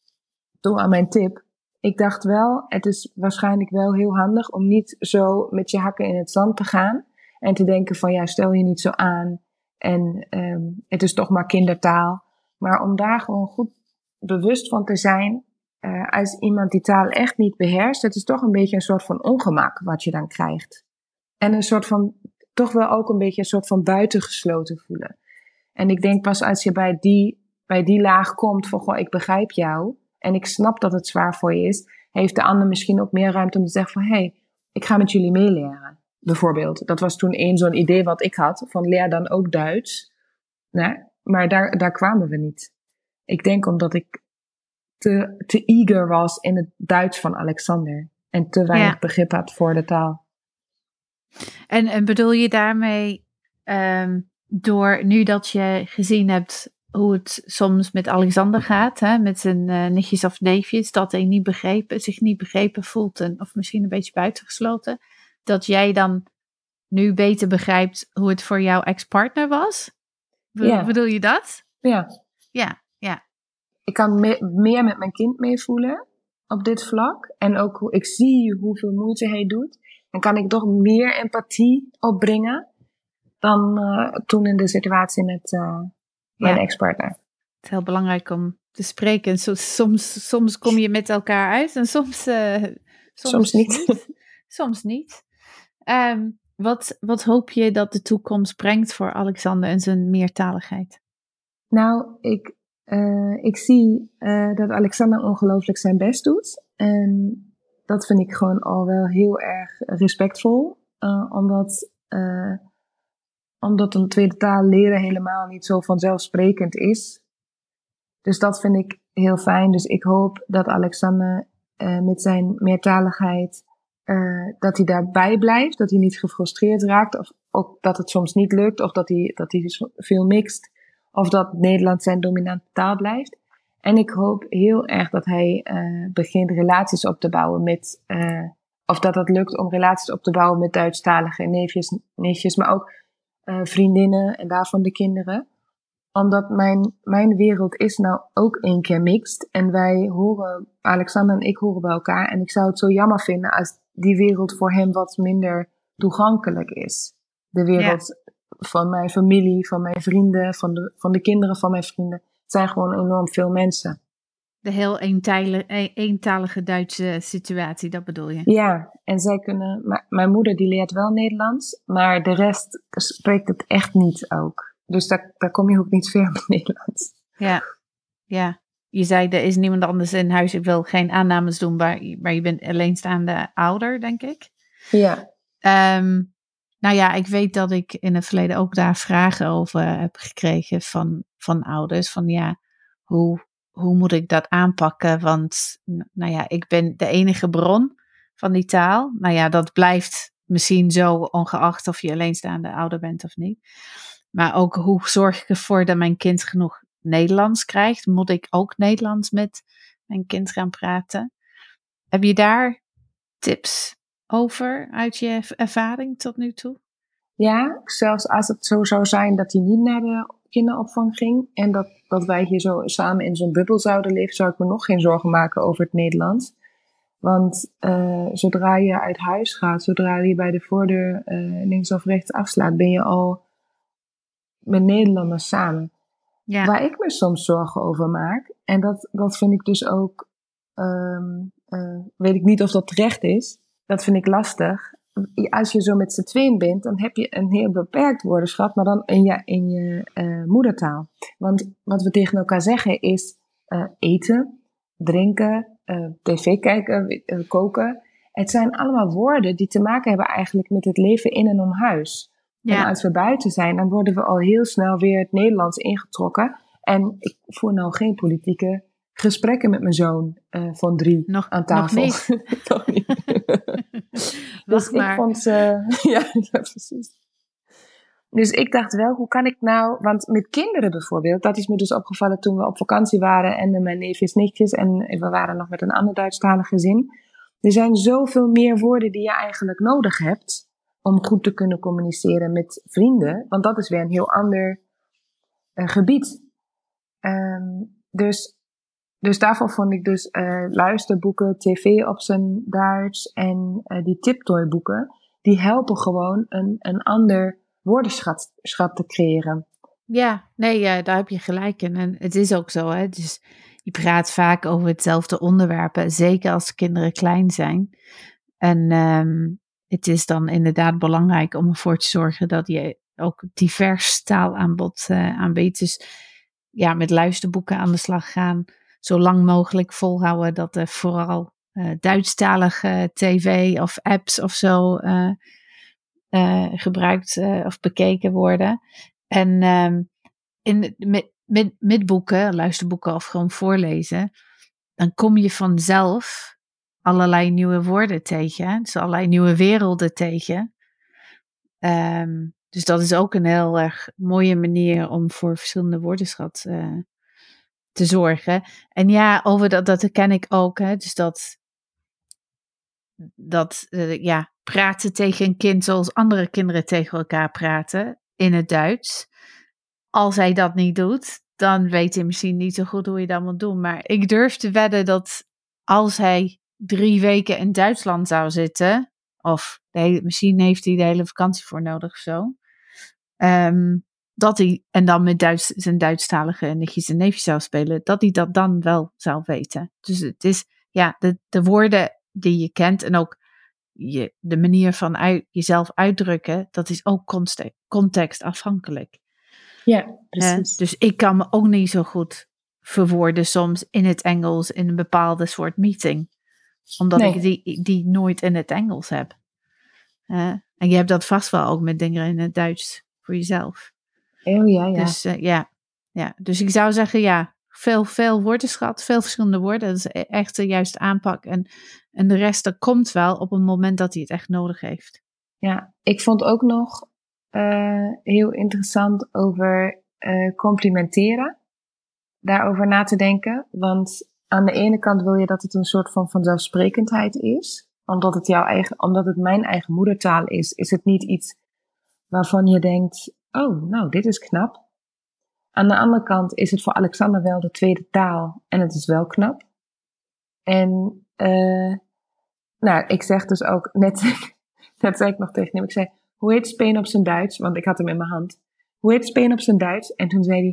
toe aan mijn tip. Ik dacht wel, het is waarschijnlijk wel heel handig om niet zo met je hakken in het zand te gaan. En te denken van, ja, stel je niet zo aan. En um, het is toch maar kindertaal. Maar om daar gewoon goed bewust van te zijn, uh, als iemand die taal echt niet beheerst, het is toch een beetje een soort van ongemak wat je dan krijgt. En een soort van, toch wel ook een beetje een soort van buitengesloten voelen. En ik denk pas als je bij die, bij die laag komt van, goh, ik begrijp jou en ik snap dat het zwaar voor je is, heeft de ander misschien ook meer ruimte om te zeggen van, hé, hey, ik ga met jullie meeleren. Bijvoorbeeld. Dat was toen één zo'n idee wat ik had, van leer dan ook Duits. Nou, maar daar, daar kwamen we niet. Ik denk omdat ik te, te eager was in het Duits van Alexander. En te weinig ja. begrip had voor de taal. En, en bedoel je daarmee, um, door nu dat je gezien hebt hoe het soms met Alexander gaat, hè, met zijn uh, nichtjes of neefjes, dat hij niet begrepen, zich niet begrepen voelt en, of misschien een beetje buitengesloten, dat jij dan nu beter begrijpt hoe het voor jouw ex-partner was? Be- ja. Bedoel je dat? Ja. Ja, ja. Ik kan me- meer met mijn kind meevoelen op dit vlak. En ook hoe ik zie hoeveel moeite hij doet. Dan kan ik toch meer empathie opbrengen dan uh, toen in de situatie met uh, mijn ja. ex-partner. Het is heel belangrijk om te spreken. So, soms, soms kom je met elkaar uit en soms, uh, soms, soms niet. niet. Soms niet. Um, wat, wat hoop je dat de toekomst brengt voor Alexander en zijn meertaligheid? Nou, ik, uh, ik zie uh, dat Alexander ongelooflijk zijn best doet. En dat vind ik gewoon al wel heel erg respectvol. Uh, omdat, uh, omdat een tweede taal leren helemaal niet zo vanzelfsprekend is. Dus dat vind ik heel fijn. Dus ik hoop dat Alexander uh, met zijn meertaligheid, uh, dat hij daarbij blijft. Dat hij niet gefrustreerd raakt. Of ook dat het soms niet lukt. Of dat hij, dat hij veel mixt. Of dat Nederlands zijn dominante taal blijft. En ik hoop heel erg dat hij uh, begint relaties op te bouwen met... Uh, of dat het lukt om relaties op te bouwen met Duitsstalige neefjes, neefjes. Maar ook uh, vriendinnen en daarvan de kinderen. Omdat mijn, mijn wereld is nou ook één keer mixed. En wij horen, Alexander en ik horen bij elkaar. En ik zou het zo jammer vinden als die wereld voor hem wat minder toegankelijk is. De wereld ja. van mijn familie, van mijn vrienden, van de, van de kinderen van mijn vrienden. Het zijn gewoon enorm veel mensen. De heel eentalige, eentalige Duitse situatie, dat bedoel je? Ja, en zij kunnen... M- mijn moeder die leert wel Nederlands, maar de rest spreekt het echt niet ook. Dus daar, daar kom je ook niet ver met Nederlands. Ja, ja. Je zei, er is niemand anders in huis. Ik wil geen aannames doen, maar, maar je bent alleenstaande ouder, denk ik. Ja. Um, nou ja, ik weet dat ik in het verleden ook daar vragen over heb gekregen van, van ouders. Van ja, hoe, hoe moet ik dat aanpakken? Want nou ja, ik ben de enige bron van die taal. Nou ja, dat blijft misschien zo, ongeacht of je alleenstaande ouder bent of niet. Maar ook hoe zorg ik ervoor dat mijn kind genoeg Nederlands krijgt? Moet ik ook Nederlands met mijn kind gaan praten? Heb je daar tips over uit je ervaring tot nu toe? Ja, zelfs als het zo zou zijn dat hij niet naar de kinderopvang ging en dat, dat wij hier zo samen in zo'n bubbel zouden leven, zou ik me nog geen zorgen maken over het Nederlands. Want uh, zodra je uit huis gaat, zodra je bij de voordeur uh, links of rechts afslaat, ben je al met Nederlanders samen. Ja. Waar ik me soms zorgen over maak, en dat, dat vind ik dus ook, um, uh, weet ik niet of dat terecht is, dat vind ik lastig. Als je zo met z'n tweeën bent, dan heb je een heel beperkt woordenschat, maar dan in je, in je uh, moedertaal. Want wat we tegen elkaar zeggen is uh, eten, drinken, uh, tv kijken, uh, koken. Het zijn allemaal woorden die te maken hebben eigenlijk met het leven in en om huis. Ja. En als we buiten zijn, dan worden we al heel snel weer het Nederlands ingetrokken. En ik voer nou geen politieke gesprekken met mijn zoon uh, van drie nog, aan tafel. Nog niet. nog niet. Dus ik vond uh, ja, ja, precies. Dus ik dacht wel, hoe kan ik nou, want met kinderen bijvoorbeeld, dat is me dus opgevallen toen we op vakantie waren en mijn neefjes, nichtjes en we waren nog met een ander Duitsstalig gezin. Er zijn zoveel meer woorden die je eigenlijk nodig hebt om goed te kunnen communiceren met vrienden, want dat is weer een heel ander uh, gebied. Um, dus Dus daarvoor vond ik dus uh, luisterboeken, tv op zijn Duits en uh, die tiptoyboeken, die helpen gewoon een, een ander woordenschat schat te creëren. Ja, nee, ja, daar heb je gelijk in. En het is ook zo, hè. Dus je praat vaak over hetzelfde onderwerpen, zeker als kinderen klein zijn. En um, het is dan inderdaad belangrijk om ervoor te zorgen dat je ook divers taalaanbod uh, aanbiedt. Dus ja, met luisterboeken aan de slag gaan. Zo lang mogelijk volhouden dat er vooral uh, Duitsstalige tv of apps of zo uh, uh, gebruikt uh, of bekeken worden. En um, in, met, met, met boeken, luisterboeken of gewoon voorlezen, dan kom je vanzelf allerlei nieuwe woorden tegen. Dus allerlei nieuwe werelden tegen. Um, dus dat is ook een heel erg mooie manier om voor verschillende woordenschat uh, te zorgen. En ja, over dat, dat ken ik ook. Hè, dus dat, dat uh, ja, praten tegen een kind zoals andere kinderen tegen elkaar praten in het Duits. Als hij dat niet doet, dan weet hij misschien niet zo goed hoe je dat moet doen. Maar ik durf te wedden dat als hij drie weken in Duitsland zou zitten, of de hele, misschien heeft hij de hele vakantie voor nodig of zo, um, dat hij, en dan met Duits, zijn Duitsstalige nichtjes en neefjes zou spelen, dat hij dat dan wel zou weten. Dus het is, ja, de, de woorden die je kent en ook je, de manier van uit, jezelf uitdrukken, dat is ook context, contextafhankelijk. Ja, precies. Uh, dus ik kan me ook niet zo goed verwoorden soms in het Engels in een bepaalde soort meeting. Omdat nee. ik die, die nooit in het Engels heb. Uh, en je hebt dat vast wel ook met dingen in het Duits voor jezelf. Oh ja, ja. Dus, uh, ja, ja. dus ik zou zeggen, ja, veel, veel woordenschat, veel verschillende woorden. Dat is echt de juiste aanpak. En, en de rest, dat komt wel op een moment dat hij het echt nodig heeft. Ja, ik vond ook nog uh, heel interessant over uh, complimenteren. Daarover na te denken. Want aan de ene kant wil je dat het een soort van vanzelfsprekendheid is. Omdat het, jouw eigen, omdat het mijn eigen moedertaal is, is het niet iets waarvan je denkt, oh, nou, dit is knap. Aan de andere kant is het voor Alexander wel de tweede taal en het is wel knap. En uh, nou, ik zeg dus ook, net, net zei ik nog tegen hem, ik zei, hoe heet Speen op zijn Duits? Want ik had hem in mijn hand. Hoe heet Speen op zijn Duits? En toen zei hij,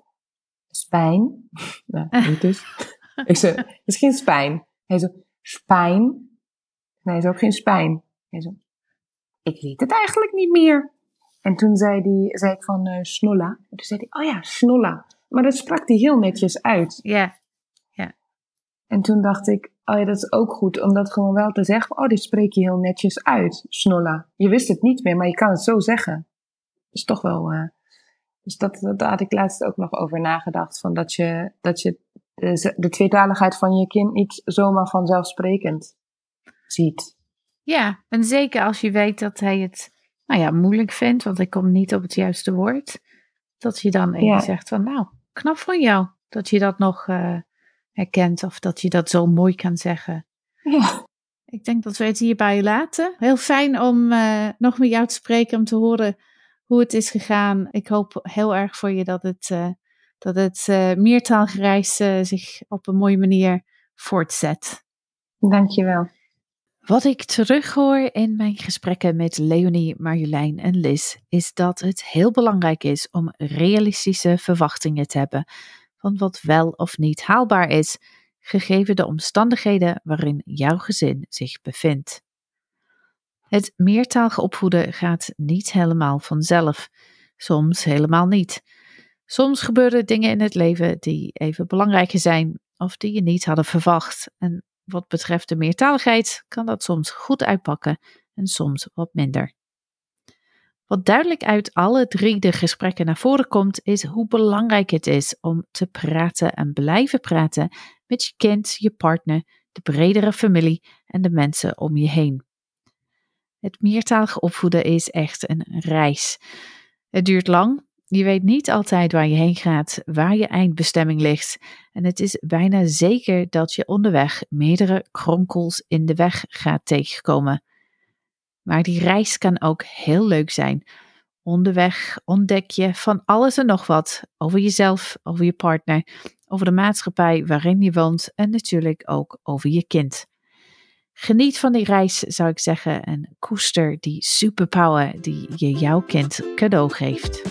Spijn. Nou, niet dus. Ik zei, het is geen Spijn. Hij zo, Spijn. Nee, het is ook geen Spijn. Hij zo, ik weet het eigenlijk niet meer. En toen zei, die, zei ik van uh, Snolla. En toen zei hij, oh ja, Snolla. Maar dat sprak hij heel netjes uit. Ja. Yeah. Yeah. En toen dacht ik, oh ja, dat is ook goed. Om dat gewoon wel te zeggen. Oh, dit spreek je heel netjes uit, Snolla. Je wist het niet meer, maar je kan het zo zeggen. Dat is toch wel... Uh, dus dat, dat, daar had ik laatst ook nog over nagedacht. Van dat je, dat je de, de tweetaligheid van je kind niet zomaar vanzelfsprekend ziet. Ja, en zeker als je weet dat hij het... nou ja, moeilijk vindt, want ik kom niet op het juiste woord, dat je dan even ja. zegt van, nou, knap van jou, dat je dat nog uh, herkent, of dat je dat zo mooi kan zeggen. Ja. Ik denk dat we het hierbij laten. Heel fijn om uh, nog met jou te spreken, om te horen hoe het is gegaan. Ik hoop heel erg voor je dat het, uh, dat het uh, meertaalgereis uh, zich op een mooie manier voortzet. Dankjewel. Wat ik terughoor in mijn gesprekken met Leonie, Marjolein en Liz is dat het heel belangrijk is om realistische verwachtingen te hebben van wat wel of niet haalbaar is, gegeven de omstandigheden waarin jouw gezin zich bevindt. Het meertalig opvoeden gaat niet helemaal vanzelf, soms helemaal niet. Soms gebeuren dingen in het leven die even belangrijker zijn of die je niet hadden verwacht. En wat betreft de meertaligheid kan dat soms goed uitpakken en soms wat minder. Wat duidelijk uit alle drie de gesprekken naar voren komt, is hoe belangrijk het is om te praten en blijven praten met je kind, je partner, de bredere familie en de mensen om je heen. Het meertalig opvoeden is echt een reis. Het duurt lang. Je weet niet altijd waar je heen gaat, waar je eindbestemming ligt. En het is bijna zeker dat je onderweg meerdere kronkels in de weg gaat tegenkomen. Maar die reis kan ook heel leuk zijn. Onderweg ontdek je van alles en nog wat over jezelf, over je partner, over de maatschappij waarin je woont en natuurlijk ook over je kind. Geniet van die reis, zou ik zeggen, en koester die superpower die je jouw kind cadeau geeft.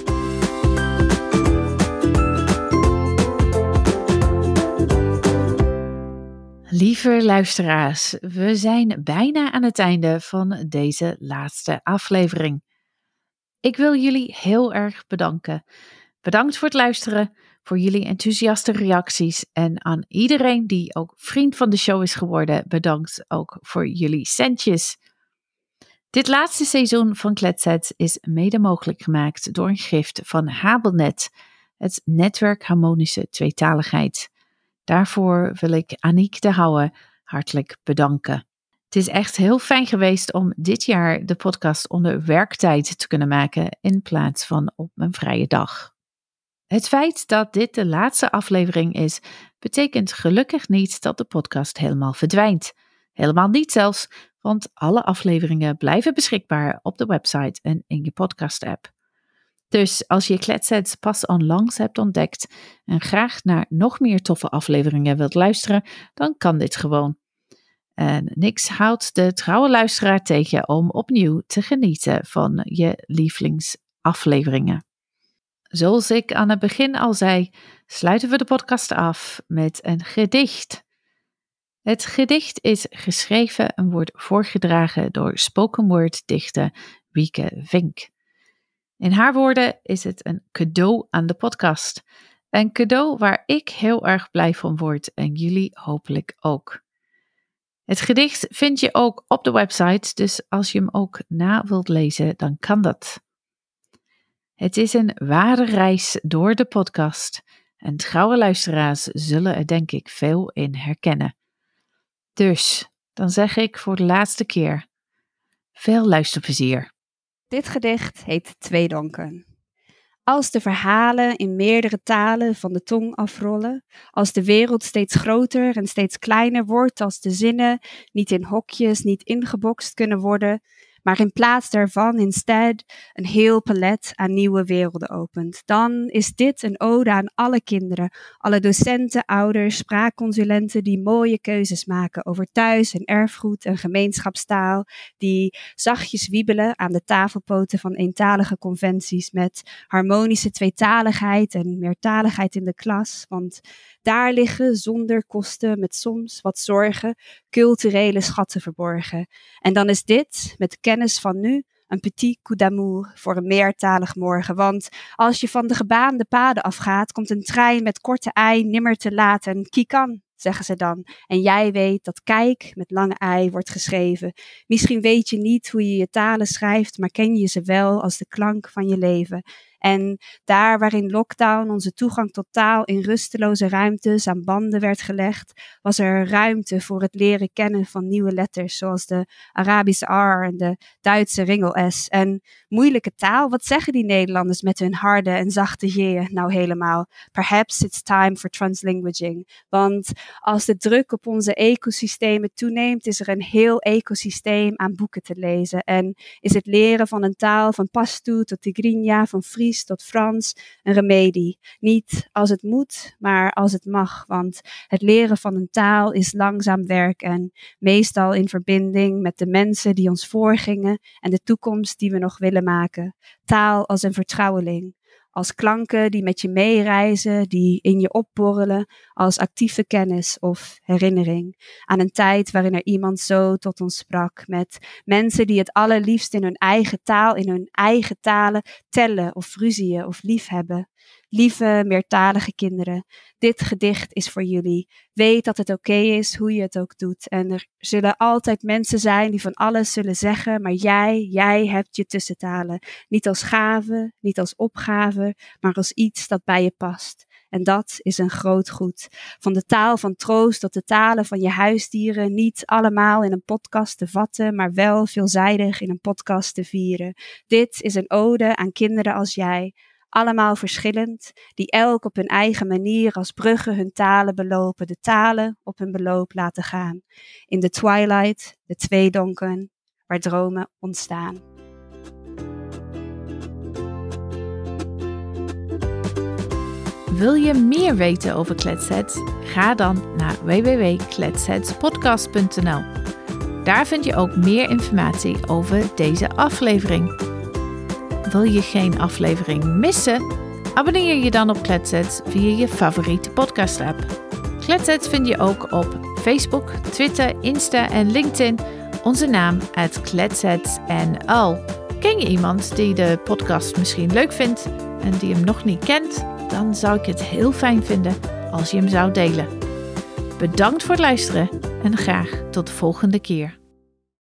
Lieve luisteraars, we zijn bijna aan het einde van deze laatste aflevering. Ik wil jullie heel erg bedanken. Bedankt voor het luisteren, voor jullie enthousiaste reacties en aan iedereen die ook vriend van de show is geworden, bedankt ook voor jullie centjes. Dit laatste seizoen van Kletsets is mede mogelijk gemaakt door een gift van Habelnet, het netwerk Harmonische Tweetaligheid. Daarvoor wil ik Aniek de Houwe hartelijk bedanken. Het is echt heel fijn geweest om dit jaar de podcast onder werktijd te kunnen maken in plaats van op mijn vrije dag. Het feit dat dit de laatste aflevering is, betekent gelukkig niet dat de podcast helemaal verdwijnt. Helemaal niet zelfs, want alle afleveringen blijven beschikbaar op de website en in je podcast-app. Dus als je Kletsets pas onlangs hebt ontdekt en graag naar nog meer toffe afleveringen wilt luisteren, dan kan dit gewoon. En niks houdt de trouwe luisteraar tegen om opnieuw te genieten van je lievelingsafleveringen. Zoals ik aan het begin al zei, sluiten we de podcast af met een gedicht. Het gedicht is geschreven en wordt voorgedragen door spoken word dichter Wieke Vink. In haar woorden is het een cadeau aan de podcast. Een cadeau waar ik heel erg blij van word en jullie hopelijk ook. Het gedicht vind je ook op de website, dus als je hem ook na wilt lezen, dan kan dat. Het is een ware reis door de podcast En trouwe luisteraars zullen er denk ik veel in herkennen. Dus, dan zeg ik voor de laatste keer, veel luisterplezier. Dit gedicht heet Twee Donken. Als de verhalen in meerdere talen van de tong afrollen, als de wereld steeds groter en steeds kleiner wordt, als de zinnen niet in hokjes, niet ingebokst kunnen worden, maar in plaats daarvan instead een heel palet aan nieuwe werelden opent. Dan is dit een ode aan alle kinderen, alle docenten, ouders, spraakconsulenten die mooie keuzes maken over thuis en erfgoed en gemeenschapstaal, die zachtjes wiebelen aan de tafelpoten van eentalige conventies met harmonische tweetaligheid en meertaligheid in de klas, want daar liggen zonder kosten met soms wat zorgen culturele schatten verborgen. En dan is dit, met kennis van nu, een petit coup d'amour voor een meertalig morgen. Want als je van de gebaande paden afgaat, komt een trein met korte ei nimmer te laat en kikan, zeggen ze dan. En jij weet dat kijk met lange ei wordt geschreven. Misschien weet je niet hoe je je talen schrijft, maar ken je ze wel als de klank van je leven. En daar waarin lockdown onze toegang tot taal in rusteloze ruimtes aan banden werd gelegd, was er ruimte voor het leren kennen van nieuwe letters, zoals de Arabische R en de Duitse ringel S. En moeilijke taal, wat zeggen die Nederlanders met hun harde en zachte J'en nou helemaal? Perhaps it's time for translanguaging. Want als de druk op onze ecosystemen toeneemt, is er een heel ecosysteem aan boeken te lezen. En is het leren van een taal van Pashto tot Tigrinya, van Fries tot Frans een remedie. Niet als het moet, maar als het mag. Want het leren van een taal is langzaam werk en meestal in verbinding met de mensen die ons voorgingen en de toekomst die we nog willen maken. Taal als een vertrouweling. Als klanken die met je meereizen, die in je opborrelen, als actieve kennis of herinnering. Aan een tijd waarin er iemand zo tot ons sprak, met mensen die het allerliefst in hun eigen taal, in hun eigen talen tellen of ruzieën of liefhebben. Lieve meertalige kinderen, dit gedicht is voor jullie. Weet dat het oké is hoe je het ook doet. En er zullen altijd mensen zijn die van alles zullen zeggen, maar jij, jij hebt je tussentalen. Niet als gave, niet als opgave, maar als iets dat bij je past. En dat is een groot goed. Van de taal van troost tot de talen van je huisdieren, niet allemaal in een podcast te vatten, maar wel veelzijdig in een podcast te vieren. Dit is een ode aan kinderen als jij. Allemaal verschillend, die elk op hun eigen manier als bruggen hun talen belopen, de talen op hun beloop laten gaan. In de twilight, de twee donken, waar dromen ontstaan. Wil je meer weten over Kletsets? Ga dan naar w w w punt kletsetspodcast punt n l. Daar vind je ook meer informatie over deze aflevering. Wil je geen aflevering missen? Abonneer je dan op Kletsets via je favoriete podcast-app. Kletsets vind je ook op Facebook, Twitter, Insta en LinkedIn. Onze naam at kletsetsnl. Ken je iemand die de podcast misschien leuk vindt en die hem nog niet kent? Dan zou ik het heel fijn vinden als je hem zou delen. Bedankt voor het luisteren en graag tot de volgende keer.